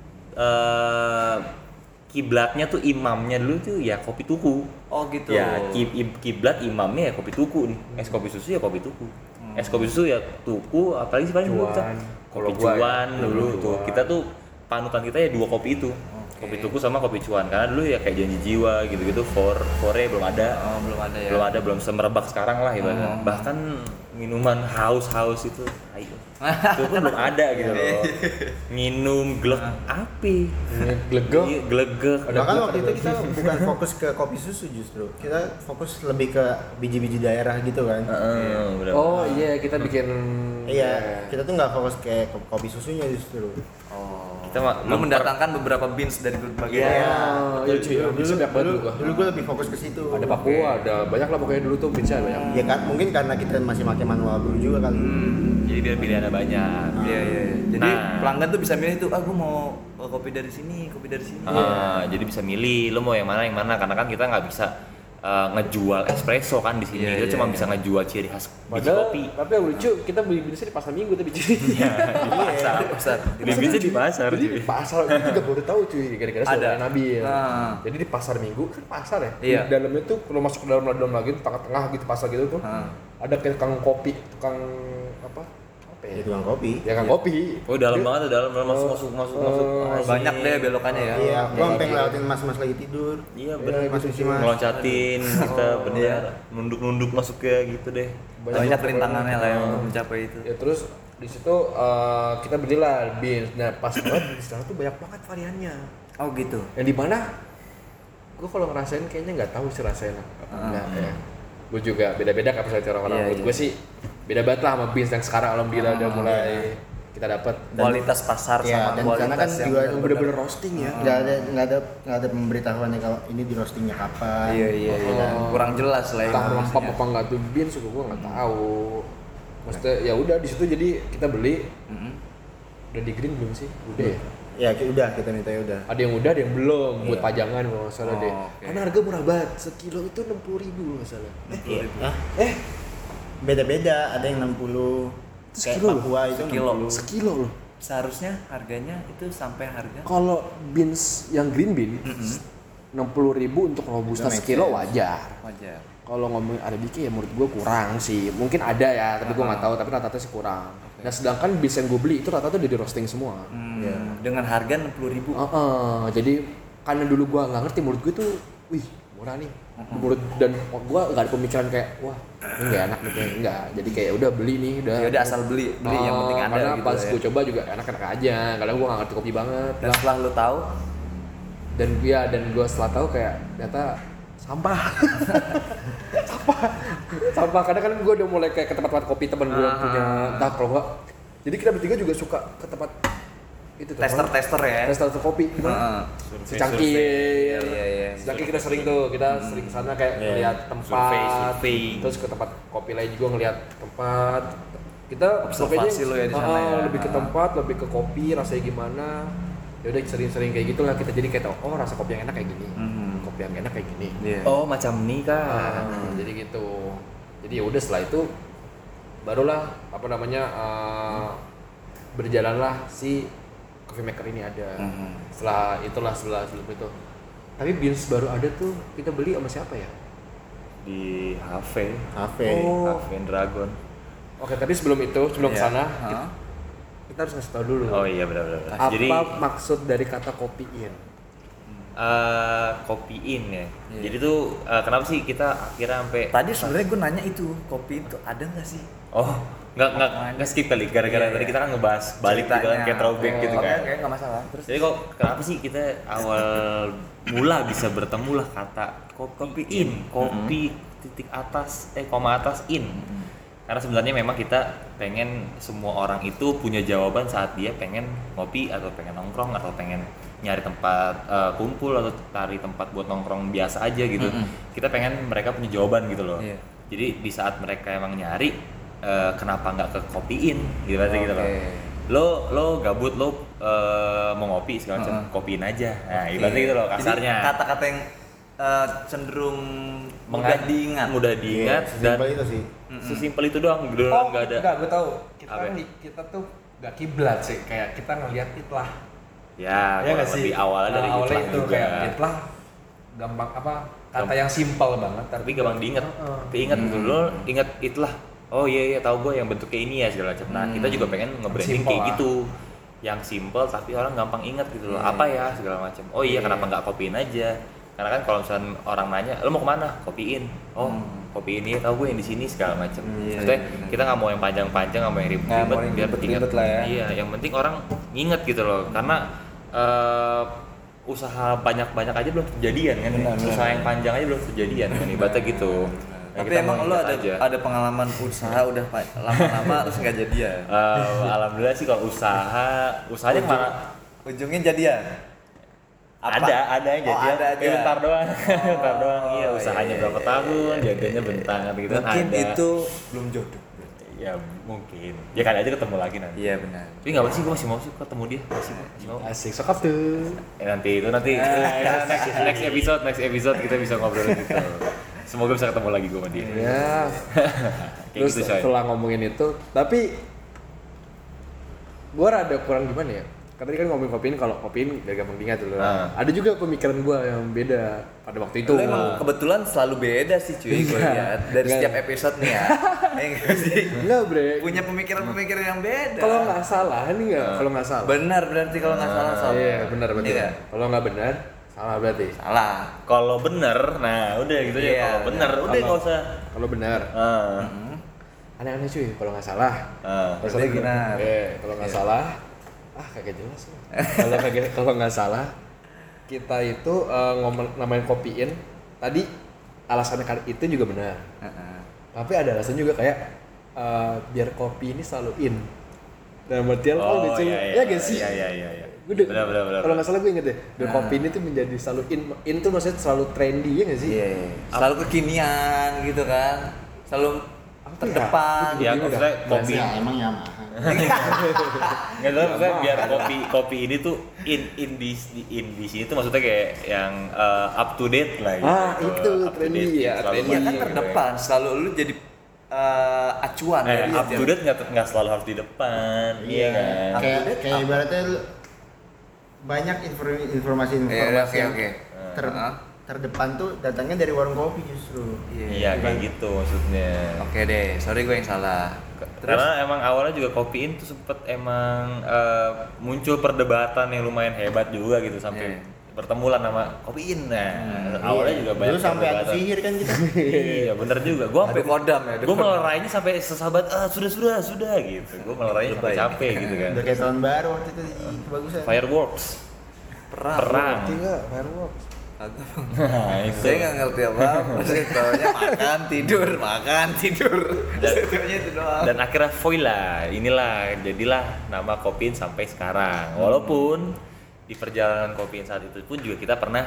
eh kiblatnya tuh imamnya dulu tuh ya kopi tuku Oh gitu. ya ki- i- kiblat imamnya ya kopi tuku nih es kopi susu ya kopi tuku es kopi susu ya tuku apalagi sih paling dulu kita Cuan. kopi Kalau gua ya, cuan dulu dulu tuh cuan. kita tuh panutan kita ya dua kopi itu kopi tuku sama kopi cuan karena dulu ya kayak janji jiwa gitu-gitu for fore belum ada Oh, belum ada ya. belum ada belum semerebak sekarang lah ibaratnya Oh. bahkan minuman haus haus itu ayo itu pun belum ada gitu loh. Minum glek api, Glegek. Iya, glegek. Bahkan waktu itu kita bukan fokus ke kopi susu justru, kita fokus lebih ke biji-biji daerah gitu kan. Heeh, bener. Oh iya, kita bikin Iya, kita tuh nggak fokus kayak ke kopi susunya justru. Oh. Kita mah Lu mendatangkan beberapa beans dari berbagai Iya. daerah. Oh, iya cuy, dulu, bisa banyak banget dulu, gua. dulu gue lebih fokus ke situ. Ada Papua, ada banyak lah pokoknya dulu tuh bisa banyak. Ya kan, mungkin karena kita masih pakai manual brew juga kali. jadi biar pilihannya banyak. Iya iya. iya. Jadi Nah. pelanggan tuh bisa milih tuh, ah gue mau uh, kopi dari sini, kopi dari sini. Ah, jadi bisa milih lo mau yang mana yang mana karena kan kita nggak bisa uh, ngejual espresso kan di sini. Iya, kita iya, cuma iya. bisa ngejual ciri khas biji Padahal, kopi. tapi yang lucu, kita beli binsnya di pasar minggu tapi cuy. Iya, di pasar. Pasar. Beli binsnya di pasar. Jadi cuy. di pasar, gue juga baru tahu cuy, gara-gara Ada. saudaranya Nabil. Ah. Jadi di pasar minggu, kan pasar ya? Iya. Di dalamnya tuh, kalau masuk ke dalam-dalam lagi, tengah-tengah gitu pasar gitu tuh, Ah. ada kayak tukang kopi, tukang apa? Apa Ya ya? tukang kopi. Ya kan kopi. Oh dalam Dia- banget tuh, dalam dalam masuk masuk masuk Oh, masuk. oh, Asik. Banyak deh belokannya ya. Iya, gua sampai ngeliatin mas-mas lagi tidur. Iya Iya, bener. Mas gitu, isi mas. Ngeloncatin kita Oh, bener iya. nunduk-nunduk masuk ke gitu deh. Banyak rintangannya lah yang untuk mencapai itu. Ya terus di situ eh, kita belilah beans. Nah pas banget di sana tuh banyak banget variannya. Oh gitu. Yang di mana? Gue kalau ngerasain kayaknya nggak tahu sih rasanya apa enggak ya. Gue juga beda-beda kan persepsi orang-orang. Iya, Menurut iya. gue sih beda banget lah sama beans yang sekarang alhamdulillah Ah, udah mulai iya. kita dapat. Kualitas pasar Iya, sama dan kualitas sana kan yang juga Yang bener-bener roasting ya. Nggak ada nggak ada nggak ada pemberitahuannya kalau ini di roastingnya kapan. Iya iya iya. Oh. Kurang jelas lah ya. Entah rempah apa enggak tuh beans juga gue nggak tahu. Maksudnya ya udah di situ jadi kita beli. Mm-mm. Udah di green belum sih? Udah ya? Ya ki- udah kita minta ya udah. Ada yang udah, ada yang belum buat Iya. pajangan kalau nggak salah Oh, deh. oke. Karena harga murah banget, sekilo itu enam puluh ribu kalau nggak salah. Iya. Hah? Eh, Beda-beda, ada yang enam puluh. Kayak Sekilo loh. Papua itu Sekilo. enam puluh. sekilo loh. Seharusnya harganya itu sampai harga Kalau beans yang green bean enam puluh ribu untuk robusta Udah make sekilo sense. wajar. wajar. Kalau ngomongin arabica ya menurut gua kurang sih. Mungkin ada ya, tapi gua nggak tahu. Tapi rata-rata sih kurang. Nah sedangkan beans yang gue beli itu rata-rata udah di roasting semua. Hmm, Iya. Dengan harga enam puluh ribu. Heeh, jadi karena dulu gua nggak ngerti, menurut gue tuh, wih murah nih. Menurut dan gua nggak ada pemikiran kayak wah ini nggak enak nih kayak enggak. Jadi kayak udah beli nih, udah. Ya udah asal beli, beli yang Oh, penting ada karena gitu pas ya. gue coba juga enak-enak aja, karena gue gak ngerti kopi banget. Dan setelah lu tahu, Dan ya dan gue setelah tahu kayak ternyata sampah. sampah. Sampah. Karena kan gue udah mulai kayak ke tempat-tempat kopi temen gue Ah. punya. Entah kalau enggak. Jadi kita bertiga juga suka ke tempat itu tuh. tester-tester ya. Tester kopi. Heeh. Si Cangkir. Iya, iya, iya. Si Cangkir kita sering tuh, kita sering kesana kayak Iya. ngeliat tempat. Survei, survei. Terus ke tempat kopi lain juga ngeliat tempat. Kita Observasi pokoknya, lo ya di sana ah, ya. lebih ke tempat, lebih ke kopi, rasanya gimana. Ya udah sering-sering kayak gitulah kita jadi kayak tahu oh rasa kopi yang enak kayak gini. Mhm. Kopi yang enak kayak gini. Iya. Oh macam nih kak. Ah, jadi gitu. Jadi ya udah setelah itu barulah apa namanya uh, berjalanlah si coffee maker ini ada. Mhm. Setelah itulah setelah sebelum itu. Tapi beans baru ada tuh kita beli sama siapa ya? Di Cafe, Cafe. Oh. Cafe Dragon. Oke, tapi sebelum itu, sebelum Iya. kesana, Hah? kita, kita harus ngasih tahu dulu. Oh iya benar-benar. Apa Jadi maksud dari kata kopiin? eh kopiin ya. Iya. Jadi tuh eh, kenapa sih kita akhirnya sampai Tadi sebenarnya gue nanya itu, kopi itu ada nggak sih? oh nggak nggak nggak skip kali gara-gara Iya, tadi iya. kita kan ngebahas balik gitu kan Ceritanya. kayak throwback Oh, gitu oke, kan. Oke, nggak masalah. Terus Jadi kok kenapa sih kita awal mula bisa bertemu lah kata kopi in, kopi titik atas eh koma atas in. Karena sebenarnya memang kita pengen semua orang itu punya jawaban saat dia pengen ngopi atau pengen nongkrong atau pengen nyari tempat eh, kumpul atau cari tempat buat nongkrong biasa aja gitu. Mm-mm. Kita pengen mereka punya jawaban gitu loh. Iya. Jadi di saat mereka emang nyari eh, kenapa nggak ke kopiin gitu aja gitu loh. Oke. Lo lo gabut lo eh, mau ngopi segala macam Heeh. kopiin aja. Nah, Oke. ibaratnya gitu loh Jadi, kasarnya. kata-kata yang eh, cenderung mudah Mengat- diingat. mudah Iya, diingat dan sesimpel itu sih. sesimpel itu doang gitu Oh, nggak ada. enggak, gue tahu. Kita Apa? nih, kita tuh gak kiblat sih, kayak kita ngeliat itlah. Ya, Ya kurang nggak sih? lebih awalnya dari Nah, awalnya itlah itu juga. kayak itlah gampang apa kata Gampang. yang simpel banget Tapi gampang diinget. Heeh. Tapi ingat gitu lo ingat itlah. Oh iya iya tahu gue yang bentuknya ini ya segala macam. Nah, Hmm. kita juga pengen nge-branding Simple kayak lah. gitu. Yang simple tapi orang gampang ingat gitu loh. Iya, Apa iya. ya segala macam. Oh iya Iya. kenapa nggak kopiin aja? Karena kan kalau misalnya orang nanya, "Lo mau kemana?" Kopiin. Oh, Hmm. kopi ini, tahu gue yang di sini segala macam. Hmm, iya, Maksudnya iya, kita nggak mau yang panjang-panjang, nggak mau yang Nggak mau ribet-ribet, yang biar ribet-ribet ingat. lah ya. Iya, yang penting orang nginget gitu loh, karena uh, usaha banyak-banyak aja belum kejadian kan, Benar, benar. usaha yang panjang aja belum kejadian kan, ibaratnya gitu. Nah, Tapi kita emang mau lo ingat ada aja. ada pengalaman usaha udah pa- lama-lama terus nggak jadian? Uh, alhamdulillah sih kalau usaha, usahanya Ujung- malah Ujungnya jadian? Apa? ada, ada yang Oh, jadian, ada aja. eh, bentar doang, bentar doang. Iya, Oh, usahanya iya, berapa iya, tahun, iya, iya, jadinya iya. bentar gitu kan Mungkin ada. itu belum jodoh. Ya mungkin. Ya kali aja ketemu lagi nanti. Iya benar. Tapi nggak apa sih, gue masih mau sih ketemu dia, masih, masih mau. Asik, sokap tuh. Eh, nanti itu nanti next, next episode, next episode kita bisa ngobrol gitu. Semoga bisa ketemu lagi gue sama dia. Ya. Kayak Terus gitu coy. setelah ngomongin itu, tapi gue rada kurang gimana ya? Kan tadi kan ngomongin kopiin, kalau kopiin biar gampang diingat dulu. Ah. Ada juga pemikiran gue yang beda pada waktu itu. Lu emang kebetulan selalu beda sih cuy gue Enggak. lihat dari Enggak. setiap episode nih ya. Eh, enggak sih. Enggak bre. Punya pemikiran-pemikiran yang beda. Kalau nggak salah ini nggak, kalau nggak salah. Benar berarti kalau nggak salah salah. Iya benar berarti. Iya. Kalau nggak benar, salah berarti. Salah. Kalau bener, nah udah gitu aja. Iya, Kalau bener, bener. udah nggak usah. Kalau benar, Ah, aneh-aneh cuy. Kalau nggak salah, ah. kalau Berarti benar. Eh, kalau nggak salah, ah kagak jelas. lah. Kalau kagak, kalau nggak salah, kita itu eh, ngomong namain kopiin. Tadi alasannya kali itu juga benar. Heeh. Tapi ada alasan juga kayak eh, biar kopi ini selalu in. Dan artian oh, Oh, gitu. iya, iya, Ya gak sih? Iya, iya, iya, iya. Gue udah- Benar, benar, benar. Kalau nggak salah gue inget deh, biar Nah. kopi ini tuh menjadi selalu in. In tuh maksudnya selalu trendy ya nggak sih? Iya. Selalu kekinian gitu kan. Selalu Apa ya? terdepan. Gue Ya, bingung maksudnya dah. kopi. Ya emang Yamaha. Nggak tahu maksudnya biar kopi kopi ini tuh in in di di- in di sini tuh maksudnya kayak yang uh, up to date lah gitu. Ah, itu, Up to trendy date, ya, selalu trendy. Iya maju kan gitu terdepan. Selalu lu jadi eh, acuan. ya. Eh, dari up to setiap- date nggak nggak selalu harus di depan, iya kan? Kayak Update kayak apa? ibaratnya lu banyak infor- informasi-informasi Iya, oke yang oke. ter- Heeh. terdepan tuh datangnya dari warung kopi justru. Iya kayak gitu maksudnya. Oke deh, sorry gue yang salah. Karena emang awalnya juga kopiin tuh sempet emang eh, muncul perdebatan yang lumayan hebat juga gitu sampai Iya. bertemu lah nama kopiin. Nah, Hmm, awalnya Iya. juga banyak Dulu sampai adu perdebatan. sihir kan kita. Iya bener juga. Gua sampai Adu kodam ya, adu Gua kodam. melerainya sampai sesahabat ah sudah sudah sudah gitu. Gua melerainya sampai Lebay. capek gitu kan. Udah kayak tahun baru waktu itu di kebagusan. Fireworks, Perang. perang. Ngerti nggak fireworks? Kagak. Nah, itu. Saya nggak ngerti apa-apa. Saya taunya makan tidur, makan tidur. Dan- Saya taunya itu doang. Dan akhirnya voila, inilah jadilah nama Kopiin sampai sekarang. Walaupun di perjalanan Kopiin saat itu pun juga kita pernah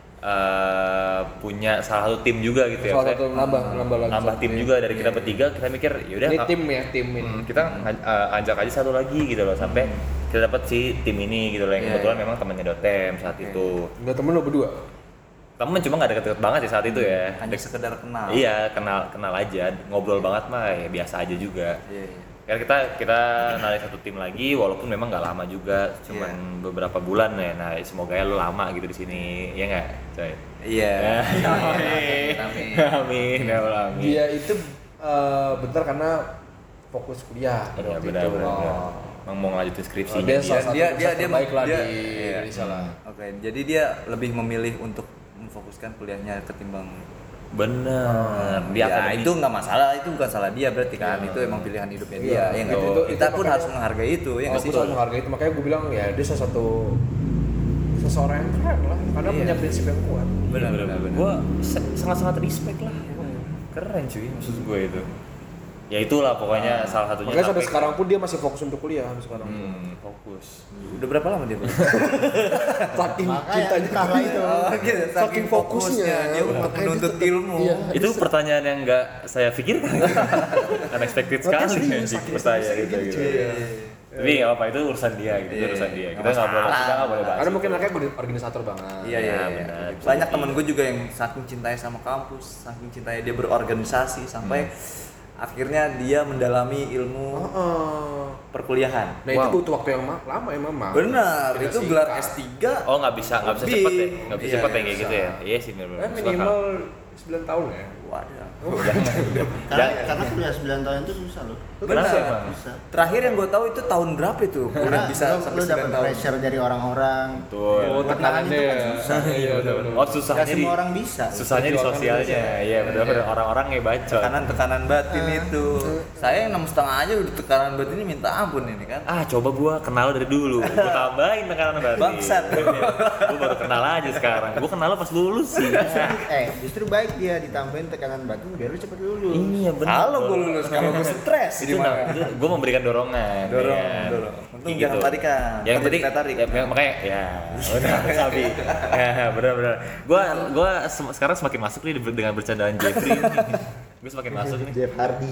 eh, punya salah satu tim juga gitu ya. Salah Maksudnya, satu nambah nambah lagi. nambah satu tim tim. juga dari kita Iya. bertiga, kita mikir yaudah Ini nggak- tim ya, tim ini. Hmm, kita ngaj- eh, ajak aja satu lagi gitu loh sampai kita dapat si tim ini gitu loh yang Iya, kebetulan iya. memang temannya Dotem saat Oke. itu. Enggak temen lo berdua. Temen cuma nggak deket-deket banget sih saat itu ya. Hanya sekedar kenal. Iya kenal kenal aja, ngobrol banget mah ya biasa aja juga. Iya, iya. Kan kita kita narik satu tim lagi walaupun memang nggak lama juga, cuman beberapa bulan ya. Nah semoga ya lo lama gitu di sini, ya nggak, coy? Iya. Ya. Amin. Amin. Amin, ya Allah, amin. Dia itu eh, bentar karena fokus kuliah Iya pada waktu benar itu. benar. benar. Oh. Emang mau ngelanjutin skripsinya. dia dia. salah satu dia dia ustadz dia terbaik lah dia- di iya. Indonesia lah. Oke, jadi dia lebih memilih untuk memfokuskan kuliahnya ketimbang Bener. Di ya akademi. itu nggak masalah, itu bukan salah dia berarti kan, Iya. itu emang pilihan hidupnya dia. Iya, Ya nggak? itu- itu- Kita itu pun makanya- harus menghargai itu, ya Oh, nggak aku sih? selalu menghargai itu, makanya gue bilang ya dia salah satu seseorang yang keren lah karena Iya. punya prinsip yang kuat. Benar, Bener, benar, bener. benar. Gue sangat-sangat respect lah. Keren cuy maksud gue itu. Ya itulah pokoknya salah satunya. Makanya sampai sampai- sekarang pun dia masih fokus untuk kuliah sampai sekarang. Hmm, fokus. Udah berapa lama dia? Bro? Saking Makanya cintanya entahlah itu. Oh, gitu. Saking fokusnya. dia untuk Makanya menuntut dia ilmu. Iya. Itu pertanyaan yang nggak saya pikirkan. Unexpected Makanya sekali serius, anjing saking pertanyaan serius itu gitu, gitu. iya. Tapi nggak apa-apa itu urusan dia gitu, itu Iya, urusan dia. nggak Kita nggak boleh, masalah. kita nggak boleh bahas. Karena mungkin itu. anaknya organisator banget. Iya, Ya, iya, iya. benar. Banyak Bisa temen jadi. gue juga yang saking cintanya sama kampus, saking cintanya dia berorganisasi sampai akhirnya dia mendalami ilmu Heeh. perkuliahan. Nah itu Wow. butuh waktu yang ma- lama ya mama. Benar, Tidak itu singkat. gelar S tiga. Oh nggak bisa nggak bisa Lebih. cepet ya, nggak bisa Iya, cepet ya kayak bisa. gitu ya. Iya sih benar. Eh, minimal sembilan tahun ya. Waduh. Karena, karena kuliah sembilan tahun itu susah loh. Benar. Susah. Terakhir yang gue tahu itu tahun berapa itu? Udah Karena bisa lu, sampai lu sembilan dapet tahun. pressure dari orang-orang. Betul. Oh, Buat tekanannya itu kan ya. susah. Iya, betul. Oh Gak susahnya di semua orang bisa. susahnya di sosialnya. Iya benar-benar orang-orang kayak bacot. Tekanan-tekanan batin itu. Saya yang enam setengah aja udah tekanan batin ini minta ampun ini kan. Ah coba gua kenal dari dulu, gua tambahin tekanan batin. Bangsat. Gua baru kenal aja sekarang. Gua kenal lo pas lulus sih. Eh, justru baik dia ditambahin tekanan batin biar lu cepet lulus. Iya benar. Kalau gue lulus, kalau gue stres itu nah, itu gue memberikan dorongan. Dorong, ya. dorong. Untung Kayak jangan tarikan. Yang Ntar penting kita tarik. Ya, makanya ya udah sabi. Ya benar-benar. Gua gua sem- sekarang semakin masuk nih dengan bercandaan Jeffrey. Gue semakin masuk nih. Jeff Hardy.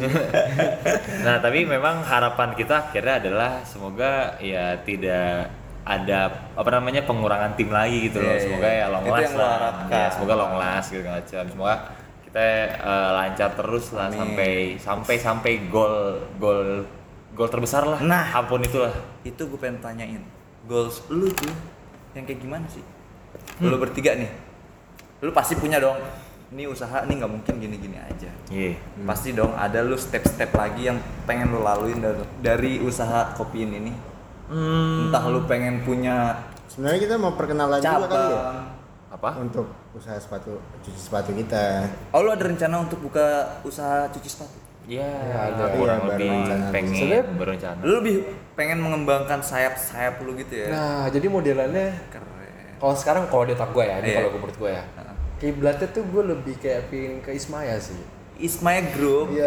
Nah tapi memang harapan kita akhirnya adalah semoga ya tidak ada apa namanya pengurangan tim lagi gitu loh. Iya, iya. Semoga ya long Itu last yang lo lah. harapkan. Ya, semoga long last gitu macam. Semoga kita eh, lancar terus lah Amin. sampai sampai sampai gol gol gol terbesar lah. Nah. Apapun itulah. Itu gue pengen tanyain. Goals lu tuh yang kayak gimana sih? Lu bertiga nih. Lu pasti punya dong. Ini usaha nih nggak mungkin gini-gini aja. Iya. Pasti dong ada lu step-step lagi yang pengen lu laluin dari, dari usaha kopiin ini. Hmm, Entah lu pengen punya Sebenarnya kita mau perkenalan juga kali ya cabang. apa? untuk usaha sepatu, cuci sepatu kita. Oh lu ada rencana untuk buka usaha cuci sepatu? Ya, ada. kurang Iya, lebih baru rencana. pengen Sebenarnya- berencana. Lu lebih pengen mengembangkan sayap-sayap lu gitu ya? Nah, jadi modelannya Keren. kalau sekarang kalau di otak gue ya, ini Iya. kalau gue menurut gue ya. Kiblatnya tuh gue lebih kayak pingin ke Ismaya sih. Ismaya Group. Iya.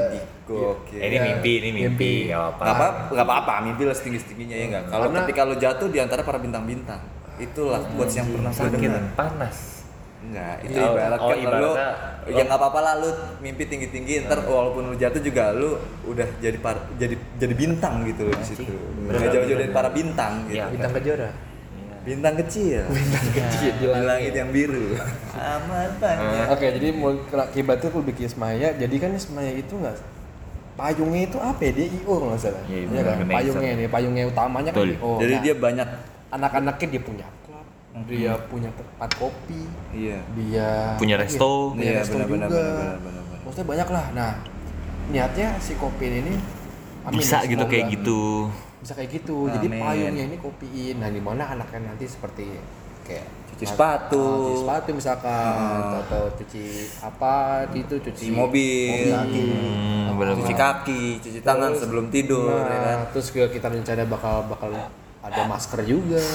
Oke. Eh, ini mimpi, ini mimpi, Mimpi. nggak apa-apa. Nggak apa nggak apa-apa, mimpi lah setinggi tingginya ya nggak. Kalau Karena- ketika lu jatuh di antara para bintang-bintang, itulah quotes yang pernah gue Sakit, dengar. panas. Enggak, itu Oh, ibarat oh, kan lu ibaratnya ya nggak apa-apa lah lu mimpi tinggi-tinggi ntar walaupun lu jatuh juga lu udah jadi par, jadi jadi bintang gitu loh di situ. Nggak jauh-jauh dari para bintang gitu. Iya. Bintang Kejora. Bintang kecil. Bintang kecil di di langit. langit yang biru. Amat banyak. Oke, jadi mau kiblatnya tuh lebih ke Ismaya. Jadi kan Ismaya itu nggak payungnya itu apa ya? Dia I O kalau nggak salah. Iya, Iya benar, kan? benar. Payungnya nih, payungnya utamanya kan Betul. I O. Jadi Nah, dia banyak anak-anaknya dia punya klub, dia punya tempat kopi, iya. dia Punya apa resto. ya, punya Iya, resto benar-benar, juga. benar-benar, benar-benar. Maksudnya banyak lah. Nah, niatnya si kopi ini amin, Bisa ya, gitu semoga. kayak gitu. Bisa kayak gitu. Jadi Amin. payungnya ini kopiin. Nah, di mana anaknya nanti seperti kayak Cuci sepatu. Ah, cuci sepatu misalkan Ah. atau cuci apa gitu, cuci Cuci mobil, Hmm, bener cuci kaki, cuci tangan sebelum tidur, Nah, ya kan? terus juga kita rencana bakal bakal ada masker juga.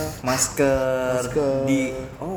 Masker, Masker. di oh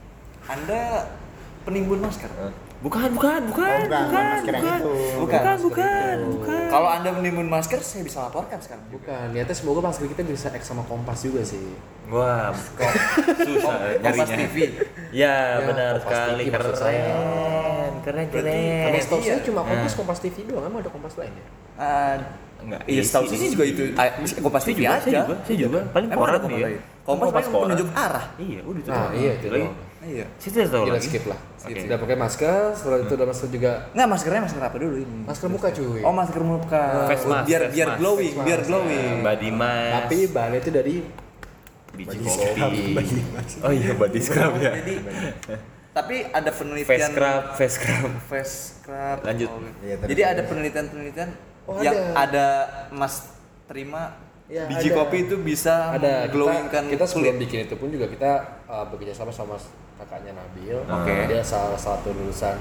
Anda penimbun masker? Bukan, bukan, bukan, Oh, bukan, bukan masker yang itu. Bukan. bukan, bukan. Kalau Anda menimbun masker, saya bisa laporkan sekarang. Bukan, niatnya semoga masker kita bisa X sama Kompas juga sih. Wah, kok susah Kompas nyarinya. T V. Ya, Ya, benar Kompas sekali, T V maksud keren, saya. keren, Berarti keren. Karena setahu saya iya. cuma Kompas, Nah. Kompas T V doang, emang ada Kompas lain ya? Ah, Enggak, iya, setahu isi- sini juga itu. Ah, Kompas T V Saya aja. juga, saya juga, saya juga. Paling Emang ada koran Kompas ya. lain? Kompas paling koran. penunjuk arah. Iya, udah itu. Nah, doang. iya itu Lagi. doang. Iya. Situ tahu Gila lagi. skip lah. Oke. Udah pakai masker, setelah itu udah masker juga Nggak, maskernya masker apa dulu ini? masker muka cuy. Oh, masker muka. Face mask, biar face biar mask. glowing, Face biar mask. glowing. Body mask. Tapi bahannya itu dari biji body kopi. kopi. Oh iya, body scrub ya. Jadi tapi ada penelitian Face scrub, face scrub. face scrub. Lanjut. Oh, Iya, tapi- Jadi ada penelitian-penelitian Oh, yang ada. ada Mas terima Ya, biji ada. kopi itu bisa Ada glowingkan kita, kita sebelum kulit. bikin itu pun juga kita uh, bekerja sama sama kakaknya Nabil. Oke. Dia salah satu lulusan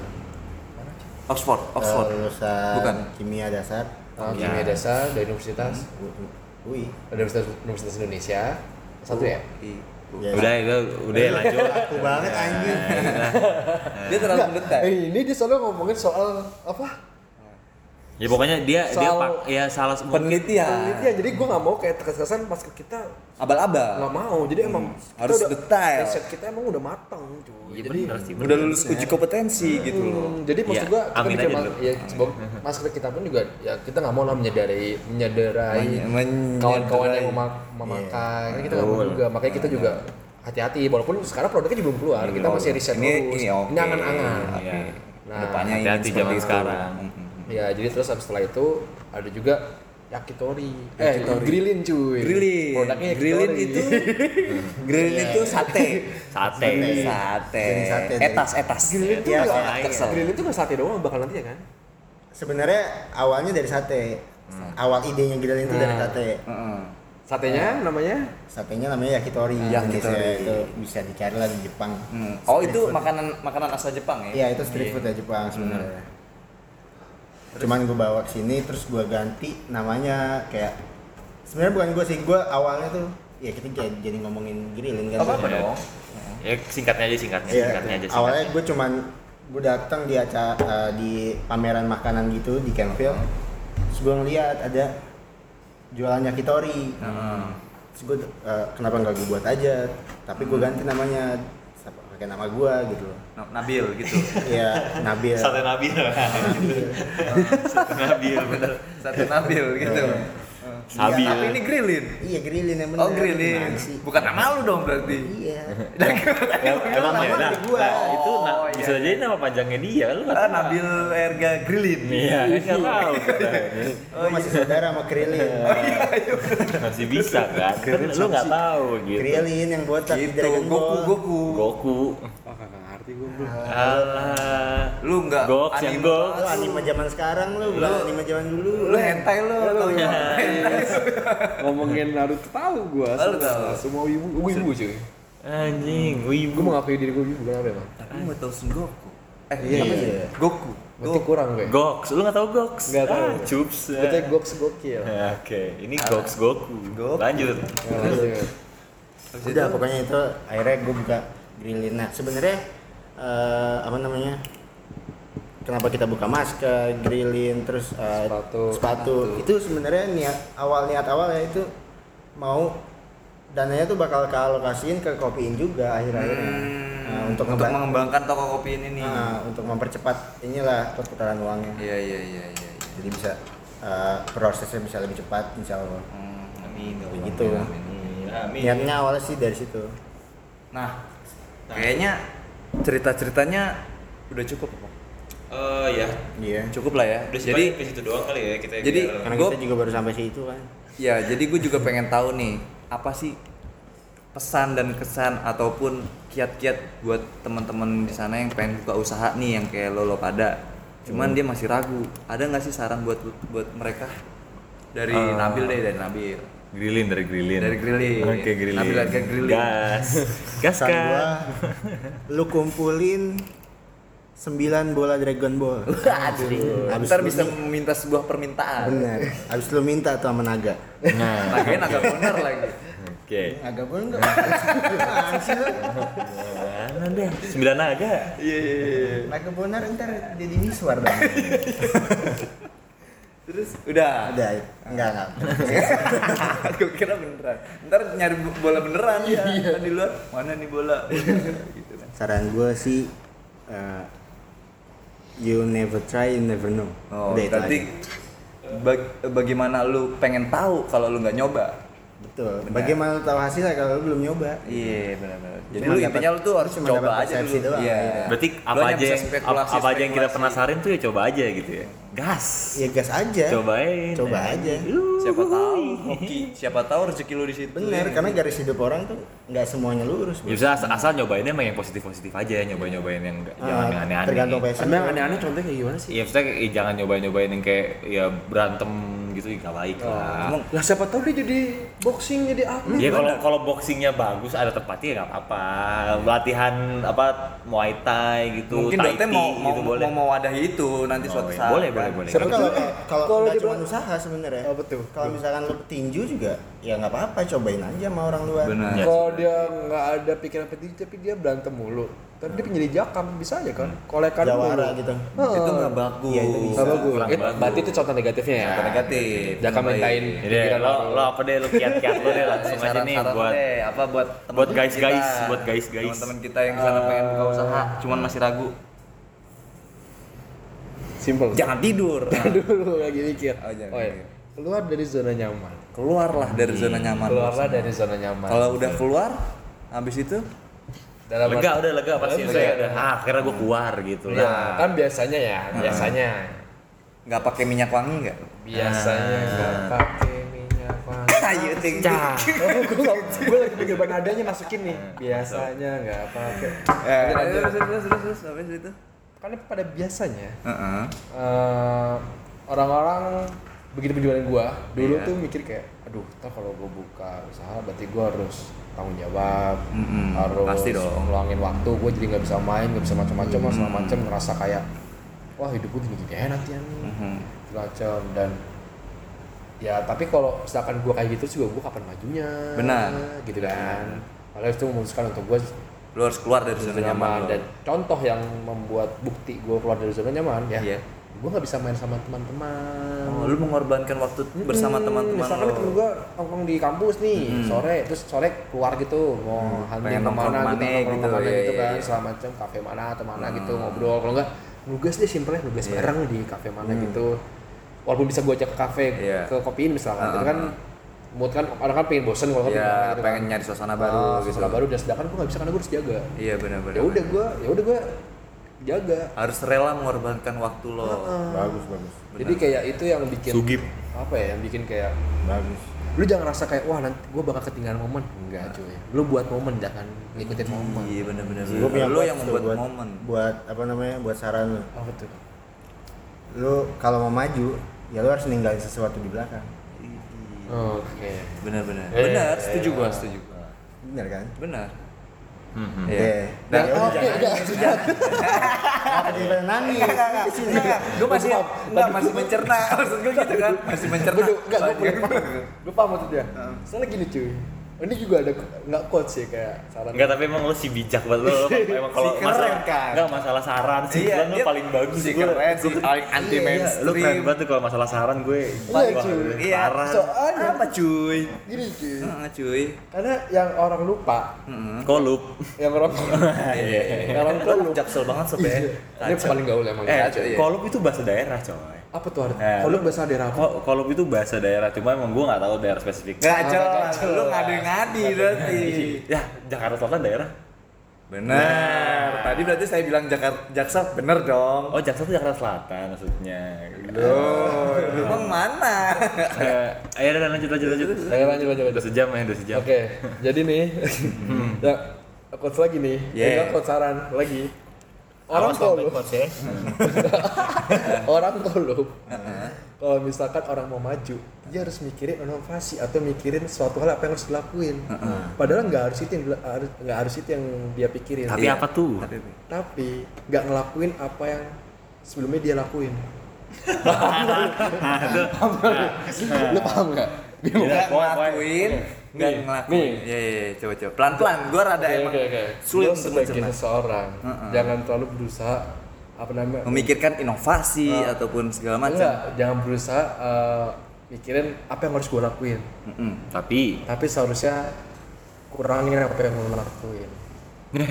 Oxford, Eh, Oxford. lulusan Bukan. kimia dasar uh, Ya. kimia dasar dari universitas U- U I. Universitas Universitas Indonesia satu ya. I- Ya. Udah, itu udah ya, lanjut. Aku banget anjing. Dia terlalu mendetek. Eh, ini dia selalu ngomongin soal apa? Ya pokoknya dia dia Soal pak ya salah semua. Penelitian. Penelitian. Jadi gue nggak mau kayak terkesan pas ke kita Abal-abal. nggak mau. Jadi emang kita harus udah- detail. riset kita emang udah matang cuy. Iya Jadi benar sih. Udah benar. lulus uji kompetensi gitu loh. Hmm, jadi maksud Ya, gua kita amin bikin aja mas- dulu. ya sebab masker kita pun juga ya kita nggak mau lah menyadari menyadarai Men- menyadarai. kawan-kawan yang mema- memakai kan kita nggak mau Betul. juga makanya kita juga hati-hati walaupun sekarang produknya juga belum keluar kita masih riset Ini terus ini oke. ini angan-angan Oke. Iya. Nah, Depannya ingin hati-hati seperti zaman itu. sekarang. Mm-mm. ya jadi terus setelah itu ada juga yakitori. Yakitori. Eh, grillin cuy. Grillin. Produknya Grillin yakitori. itu grillin itu sate. Sate. Sate. Jadi sate dari- Etas, etas. Grillin itu Iya, nggak- iya. Kesel. grillin itu nggak sate doang bakal nanti ya kan? Sebenarnya awalnya dari sate. Awal idenya grillin itu dari Nah. sate. Heeh. Satenya namanya Satenya namanya yakitori. Yakitori. Indonesia. Itu bisa dicari lah di Jepang. Hmm. Oh, Street itu food. makanan makanan asal Jepang ya? Iya, itu street food ya Jepang sebenarnya. Cuman gue bawa ke sini terus gue ganti namanya kayak sebenarnya bukan gue sih, gue awalnya tuh ya kita jadi, jadi ngomongin grillin kan. Apa-apa Iya. dong. Ya singkatnya aja singkatnya, Iya, singkatnya aja. awalnya singkatnya. gue cuman gue datang di acara eh, di pameran makanan gitu di Campville. Terus gue ngeliat ada jualan yakitori. Heeh. Terus gue eh, kenapa nggak gue buat aja, tapi gue ganti namanya pakai nama gue gitu. Na- Nabil gitu. Iya, Nabil. Sate Nabil. Sate Nabil bener. Sate Nabil gitu. Iya. Sabil. Tapi ini grillin. Iya, grillin yang bener. Oh, grillin. Gimana sih? Bukan nama lu dong berarti. Iya. Emang ya, nah, Nama gua. nah, itu na- Oh, bisa iya. jadi nama panjangnya dia, lu nggak Ah, tahu. Nabil Erga Grillin. Iya, kan nggak tahu. Gue masih saudara sama Krillin. Masih bisa kan? Kan lu nggak tahu gitu. Krillin yang botak di Gitu, Dragon Goku, Ball. Goku. Goku. Oh kagak ngerti gue bro. Alah. Lu enggak Goks yang anime. goks. Lu anime zaman sekarang lu, bukan Lu- anime zaman dulu. Lu hentai lu. tau Iya. nggak? Ngomongin Naruto tahu gue. Oh, lu tahu. Semua wibu, gue wibu cuy. Anjing, Gue wibu. mengakui diri gue wibu kenapa emang? Tapi lu nggak tahu Son Goku. Eh, Iya, apa iya. sih? Goku. Berarti kurang gue. Goks, lu nggak tahu Goks? Nggak tahu. Ah, cups. Berarti goks gokil. Ya, Oke, ini Goks Goku. Goku. Lanjut. Ya, lanjut. Udah pokoknya itu akhirnya gue buka grillin. Nah sebenarnya eh, apa namanya? Kenapa kita buka masker, grillin, terus eh, Sepatu. sepatu. Itu sebenarnya niat awal niat awalnya itu mau dananya tuh bakal kealokasiin ke kopiin juga akhir-akhirnya. Nah, untuk, Hmm. untuk ngeba- mengembangkan toko kopi ini nih. Nah, untuk mempercepat inilah perputaran uangnya. Iya, iya, iya, iya. iya. Jadi bisa eh, prosesnya bisa lebih cepat insya Allah. Hmm, amin. ya Allah, Begitu. amin, amin. Amin. Niatnya awalnya sih dari situ. Nah, kayaknya cerita-ceritanya udah cukup apa? Oh ya, Iya. Cukup lah ya. udah Jadi, jadi ke situ doang kali ya kita. Jadi, biar- Karena Gua- kita juga baru sampai situ kan. ya jadi gue juga pengen tahu nih, apa sih pesan dan kesan ataupun kiat-kiat buat teman-teman di sana yang pengen buka usaha nih yang kayak lo lo pada. Cuman dia masih ragu. Ada nggak sih saran buat buat mereka? Dari Eh. Nabil deh, dari Nabil. Grillin dari grillin. Dari grillin. Oke, grillin. Nabil harga grillin. Gas. Gas Pesan gua, kan. lu kumpulin sembilan bola Dragon Ball. Aduh. Habis Ntar lu bisa nih- meminta sebuah permintaan. Bener. Habis lu minta tuh sama naga. Nah. Nagain agak bener lagi. Oke. Naga pun enggak. Apaan sih lu? Mana deh? Sembilan naga. Iya, iya, iya. Naga bonar ntar jadi miswar dong. Terus udah. Udah, enggak enggak. Gue kira beneran. Ntar nyari bola beneran ya. Kan di luar mana nih bola? gitu kan. Saran gua sih eh, you never try, you never know. Oh, Udah itu berarti aja. bag- bagaimana lu pengen tahu kalau lu nggak nyoba? Betul. Benar. Bagaimana lu tahu hasilnya kalau lu belum nyoba? Iya, benar-benar. Jadi Cuma lu dapat- intinya lu tuh harus cuma coba dapat aja persepsi dulu. doang, Iya. iya. Berarti Lu apa hanya aja bisa yang spekulasi, apa aja yang kita spekulasi. penasarin tuh ya coba aja gitu ya. Gas. Ya gas aja. Cobain. Coba aja. Siapa tahu hoki, siapa tahu rezeki lu di situ. Bener, ya. karena garis hidup orang tuh nggak semuanya lurus. Ya bisa asal, asal nyobainnya emang yang positif-positif aja, nyobain-nyobain yang enggak jangan yang aneh-aneh. Ah, Tergantung passion. Emang aneh-aneh contohnya kayak gimana sih? Iya, maksudnya eh, jangan nyobain-nyobain yang kayak ya berantem gitu, nggak baik lah. Emang Lah siapa tahu dia jadi boxing jadi atlet. Ya kalau kalau boxingnya bagus ada tempatnya ya nggak apa-apa. Latihan apa Muay Thai gitu, mungkin Tai dokter Chi mau mau gitu mau, boleh. mau mewadahi itu nanti Oh, suatu iya. saat. Boleh, kan. boleh, boleh. Tapi kalau kalau Kalau kalau nggak dia cuma bilang- usaha sebenarnya. Oh, betul. Kalau misalkan lu petinju juga, ya nggak apa-apa, cobain aja sama orang luar. Benar. Ya, Kalau dia nggak ada pikiran petinju tapi dia berantem mulu. Tapi dia penjadi jakam bisa aja kan? Kolekan Jawara mulu. gitu. Oh. Itu nggak bagus. Iya, itu bisa. Nggak bagus. Kurang It- bagus. Berarti itu contoh negatifnya ya. Contoh negatif. Jakam Baik. mintain Jadi pikiran lo, orang. lo apa deh, lo kiat-kiat lo deh langsung aja nih Saran-saran buat deh, apa buat buat teman-teman guys-guys, kita, buat guys-guys. teman-teman kita yang sana pengen buka usaha cuman masih ragu. Simple. Jangan tidur. dulu lagi mikir. Oh, jangan Oh, iya. mikir. Keluar dari zona nyaman. Keluarlah dari zona nyaman. Keluarlah dari zona nyaman. Kalau udah keluar, habis itu dalam lega arti- udah lega pasti Lega. saya udah ah akhirnya gue keluar gitu Ya, lah. kan biasanya ya, biasanya. nggak pakai minyak wangi nggak? Biasanya nggak pakai minyak wangi. Ayo ting. Cah. Gue lagi pikir ban adanya masukin nih. Biasanya nggak pakai. Eh, Lanjut, terus lanjut. terus terus terus sampai situ. Karena pada biasanya Heeh. eh, orang-orang begitu penjualan gua dulu Iya. tuh mikir kayak, aduh, ntar kalau gua buka usaha berarti gua harus tanggung jawab, Mm-mm, harus pasti dong. ngeluangin waktu, gua jadi nggak bisa main, nggak bisa macam-macam, mm. segala macam, ngerasa kayak, wah hidup gua gini-gini ya nanti nih, Mhm. segala macam. Dan ya tapi kalau misalkan gua kayak gitu juga gua kapan majunya, Benar. gitu kan. Makanya itu memutuskan untuk gua Lu harus keluar dari zona nyaman. dan contoh yang membuat bukti gua keluar dari zona nyaman ya. Iya. Gue nggak bisa main sama teman-teman. Oh, lu mengorbankan waktu bersama Hmm, teman-teman misalkan lo. temen gue nongkrong di kampus nih Hmm. sore, terus sore keluar gitu mau pengen hunting nongkrong kemana kemana gitu, nongkrong gitu, kemana iya, gitu iya, kan, iya. segala macam, kafe mana atau mana gitu Hmm. ngobrol. Kalau enggak nugas deh simple nugas Iya. bareng di kafe mana Hmm. gitu. Walaupun bisa gue ajak ke kafe, Iya. ke kopiin misalkan, Ah, itu kan ah, mood kan orang kan pengen bosen kalau kopi Iya, mana gitu pengen kan. nyari suasana Ah, baru gitu. suasana baru, dan sedangkan gue nggak bisa karena gue harus jaga. Iya benar-benar. Ya udah gue, ya udah gue jaga. harus rela mengorbankan waktu lo. Heeh. Bagus, bagus. Jadi kayak itu yang bikin Sugip. apa ya, yang bikin kayak Bagus. lu jangan rasa kayak wah nanti gue bakal ketinggalan momen, enggak cuy. Lu buat momen, jangan ngikutin momen. Iya benar-benar. Gue punya Lo quotes yang tuh membuat buat, momen. buat apa namanya, buat saran lu. Apa tuh? Lu kalau mau maju, ya lu harus ninggalin sesuatu di belakang. Oke. Benar-benar. Eh, Benar, eh, setuju gua, eh. setuju gua. Bener kan? Benar. Mhm. Iya. Iya. Dan Ya udah, oke, jangan udah, nangis, udah. Kenapa jadi pada nangis? Kesini. Gue masih enggak masih mencerna, maksud gue gitu kan, masih mencerna. Gue enggak, gue boleh paham. Gue paham maksudnya. Soalnya gini cuy. Ini juga ada nggak quotes sih kayak saran. Enggak, tapi emang lu si bijak banget lu. Lu emang kalau Si keren, masalah kan? enggak masalah saran sih, Iya, lu dia paling bagus si gua. keren, si paling anti Iya, mainstream. lu keren banget tuh kalau masalah saran gue. Iya, Wah, cuy. Iya. parah. Soalnya Apa cuy? gini cuy. Heeh, cuy. Karena yang orang lupa, Heeh. Kolup. yang orang Iya. yang orang tua lupa. Jaksel banget sob ya. Ini paling gaul emang. Eh, Kacau, iya. kolup itu bahasa daerah, coy. Apa tuh artinya? Eh, Kalau lu- bahasa daerah apa? Ko- Kolup itu bahasa daerah, cuma emang gue nggak tahu daerah spesifik. Gacor, Gacor. lu ngadi-ngadi berarti. Ya, Jakarta Selatan daerah. Benar. Tadi berarti saya bilang Jakarta Jaksel, bener dong. Oh, Jakarta itu Jakarta Selatan maksudnya. Loh, emang mana? Eh, ayo udah lanjut lanjut lanjut. Ayo lanjut lanjut Udah lanjut. sejam ya, udah sejam. Oke, jadi nih, ya quotes lagi nih, Yeah. yeah. quotes saran lagi. Orang kolup, ya. orang kolup. Kalau misalkan orang mau maju, dia harus mikirin inovasi atau mikirin suatu hal apa yang harus dilakuin. Padahal nggak harus itu yang dila- harus nggak harus itu yang dia pikirin. Tapi Iya. apa tuh? Tapi- Tapi nggak ngelakuin apa yang sebelumnya dia lakuin. Lu paham nggak? Iya, Nggak pokoknya- ngelakuin, nggak Nih, ngelakuin. nih. Iya, iya, iya, coba coba. Pelan-pelan, gua rada Oke, emang oke, oke. sulit Lu untuk sebagai mencerna. seseorang, Heeh. jangan terlalu berusaha apa namanya? Memikirkan inovasi Nah. ataupun segala macam. Enggak, jangan berusaha eh, mikirin apa yang harus gue lakuin. Mm-mm. Tapi Tapi seharusnya kurangin apa yang lo lakuin. Nih.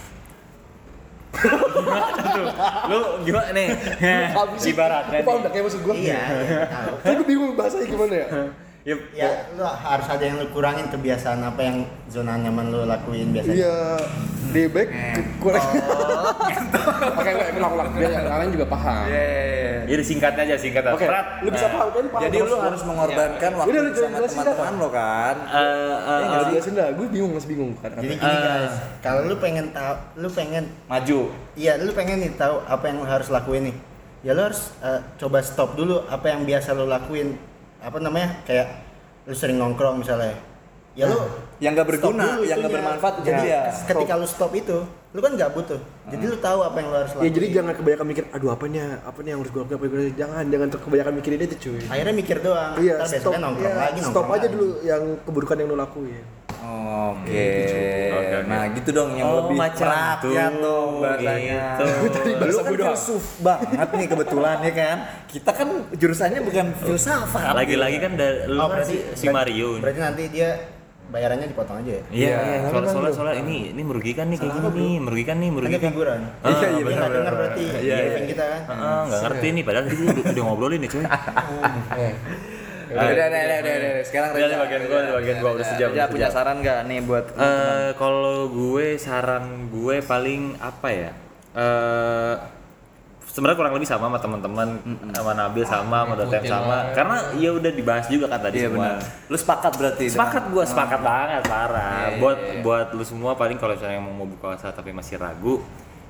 Lu gimana nih? Ibaratnya Lu paham nih. nggak kayak maksud gue? Iya, iya, tahu. Tapi gue bingung bahasanya gimana ya? Ya, Ya, lu harus ada yang lu kurangin kebiasaan apa yang zona nyaman lu lakuin biasanya. Iya, di back kurang. Pakai gue ulang-ulang biar yang lain juga paham. Iya, iya, iya. Jadi singkatnya aja, singkat Oke, Prat. lu bisa paham kan? Paham Jadi lu maksud harus gua. mengorbankan waktu Udah, lu sama jelasin teman-teman dah. lo kan. Eh, eh, Iya, jelasin dah. Gue bingung, masih bingung kan. Jadi gini guys, kalau lu pengen tahu, lu pengen Maju. iya, lu pengen nih tahu apa yang lu harus lakuin nih. Ya lu harus eh, coba stop dulu apa yang biasa lu lakuin. Apa namanya? Kayak lu sering nongkrong misalnya. Ya lu Yang nggak berguna, stop dulu yang nggak itunya. bermanfaat untuk Jadi dia. ketika lu stop itu, lu kan nggak butuh. Jadi lu tahu apa yang lu harus Ya lakuin. jadi jangan kebanyakan mikir, aduh apa nih, apa nih yang harus gue lakuin, apa yang gue jangan, jangan ter- kebanyakan mikirin itu cuy. Akhirnya mikir doang. Iya, Ntar stop, besoknya nongkrong iya, lagi, stop nongkrong aja lagi. dulu yang keburukan yang lo lakuin. Oke. Oke, oke. Nah, gitu dong yang Oh, lebih macam merakyat tuh, dong bahasanya. gitu. Tadi Lu bahasa kan gue doang. filsuf banget nih kebetulan ya kan. Kita kan jurusannya bukan filsafat. Lagi-lagi kan dari lu Oh, kan berarti si, si Mario. Berarti nanti dia bayarannya dipotong aja ya? Iya, Iya, iya. kan Soalnya, kan soalnya, lu. soalnya ini ini merugikan nih kayak gini nih, merugikan nih, Kan dia merugikan. figuran. Ah, Iya, iya, Dia benar, nggak dengar benar. berarti Iya, iya. briefing kita kan. Ah, nggak ngerti nih, padahal tadi udah, udah ngobrolin nih, coy. Eh, Udah, udah, udah, udah, udah, udah. Sekarang Udah, Reza. ini bagian gua, ini bagian gua, udah sejam, Reza udah punya sejam. saran nggak nih buat Eh, kalau gue saran gue paling apa ya? Eh sebenarnya kurang lebih sama sama teman-teman, sama Nabil sama sama Doten Ngikutin sama. lah. Karena ya udah dibahas juga kan tadi Iya semua. benar. Lu sepakat berarti? Sepakat dengan- gua, sepakat banget parah. Iya, iya, buat iya. buat lu semua paling kalau misalnya mau buka usaha tapi masih ragu,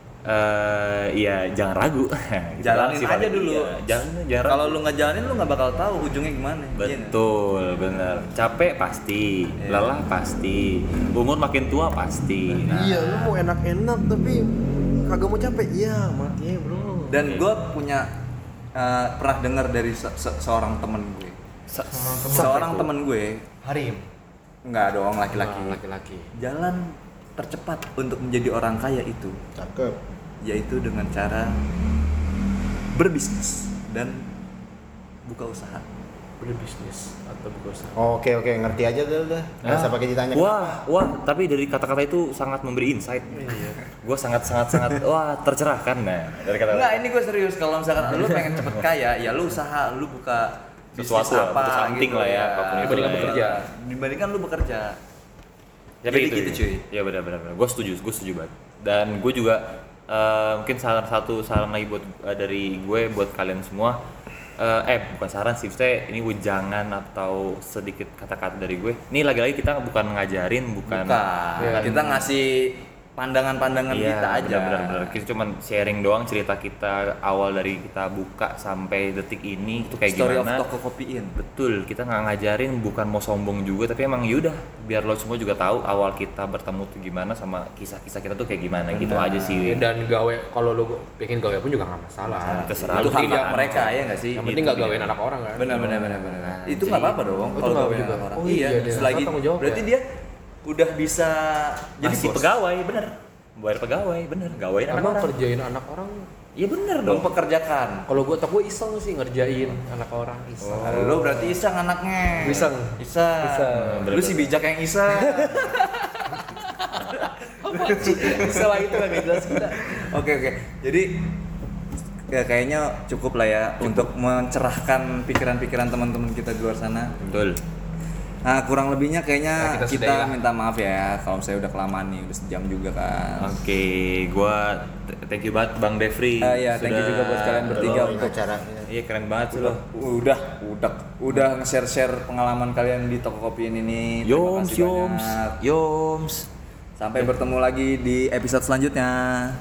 eh ya jangan ragu. Gitu Jalanin sih aja paling. dulu. Iya, jangan jangan ragu. Kalau lu nggak jalanin lu nggak bakal tahu ujungnya gimana. Iya nggak? Betul, bener. Capek pasti, Iya. lelah pasti, umur makin tua pasti. Nah, Iya, lu mau enak-enak tapi kagak mau capek. Iya, mati ya, Bro. Dan gue punya uh, pernah dengar dari se- se- seorang temen gue. se- Seorang temen gue, Harim. nggak dong laki-laki. Ah, laki-laki. Jalan tercepat untuk menjadi orang kaya itu, Cakep. yaitu dengan cara berbisnis dan buka usaha. Berbisnis atau buka usaha. Oke oke ngerti aja udah udah. Nggak usah pakai ditanya. Wah, wah, tapi dari kata-kata itu sangat memberi insight. Gue sangat sangat sangat wah tercerahkan nah dari kata. Enggak, ini gue serius. Kalau misalkan lu pengen cepet kaya, ya lu usaha, lu buka bisnis Sesuatu lah, apa butuh something gitu lah ya, apapun itu Dibandingkan lah ya. bekerja. Dibandingkan lu bekerja. Tapi Jadi itu gitu, ya. cuy. Ya benar benar benar. Gue setuju, gue setuju banget. Dan gue juga eh, mungkin saran satu saran lagi buat eh, dari gue buat kalian semua. Eh, eh bukan saran sih, saya ini wejangan atau sedikit kata-kata dari gue. Ini lagi-lagi kita bukan ngajarin, bukan. Bukan. Iya. Kita ngasih pandangan-pandangan Iya, kita aja. benar-benar. Kita cuma sharing doang cerita kita awal dari kita buka sampai detik ini itu kayak Story gimana. of Toko Kopiin. Betul, kita nggak ngajarin, bukan mau sombong juga, tapi emang yaudah biar lo semua juga tahu awal kita bertemu tuh gimana sama kisah-kisah kita tuh kayak gimana gitu aja sih. Dan gawe kalau lu bikin gawe pun juga nggak masalah. Terserah Itu lu hak juga. mereka ya nggak sih? Yang penting Itu nggak gawein dia. anak orang kan. Benar benar benar benar. Nah, Itu nggak apa-apa dong itu kalau nggak gawein juga. anak orang. Oh iya, iya, dia selagi tanggung jawab berarti ya. dia udah bisa jadi Masih bos. pegawai, bener. Bayar pegawai, bener. Gawain anak Emang orang. kerjain anak orang. Iya bener dong. Mempekerjakan. Kalau gua tak gua iseng sih ngerjain anak orang iseng. Oh. Lu berarti iseng anaknya. Iseng. Iseng. Iseng. Lu si bijak yang iseng. Setelah itu nggak jelas kita. Oke oke. Jadi ya kayaknya cukup lah ya untuk mencerahkan pikiran-pikiran teman-teman kita di luar sana. Betul. Nah kurang lebihnya kayaknya Nah, kita kita, sudahi lah. minta maaf ya kalau saya udah kelamaan nih, udah sejam juga kan. Oke, gua t- thank you banget Bang Devri. Ah, iya, thank you Sudah- juga buat kalian bertiga Lo- untuk- acaranya. Iya keren banget sih lo. Udah, udah, udah nge-share-share pengalaman kalian di toko kopiin ini. Terima Yoms, kasih yoms, banyak. yoms. Sampai bertemu lagi di episode selanjutnya.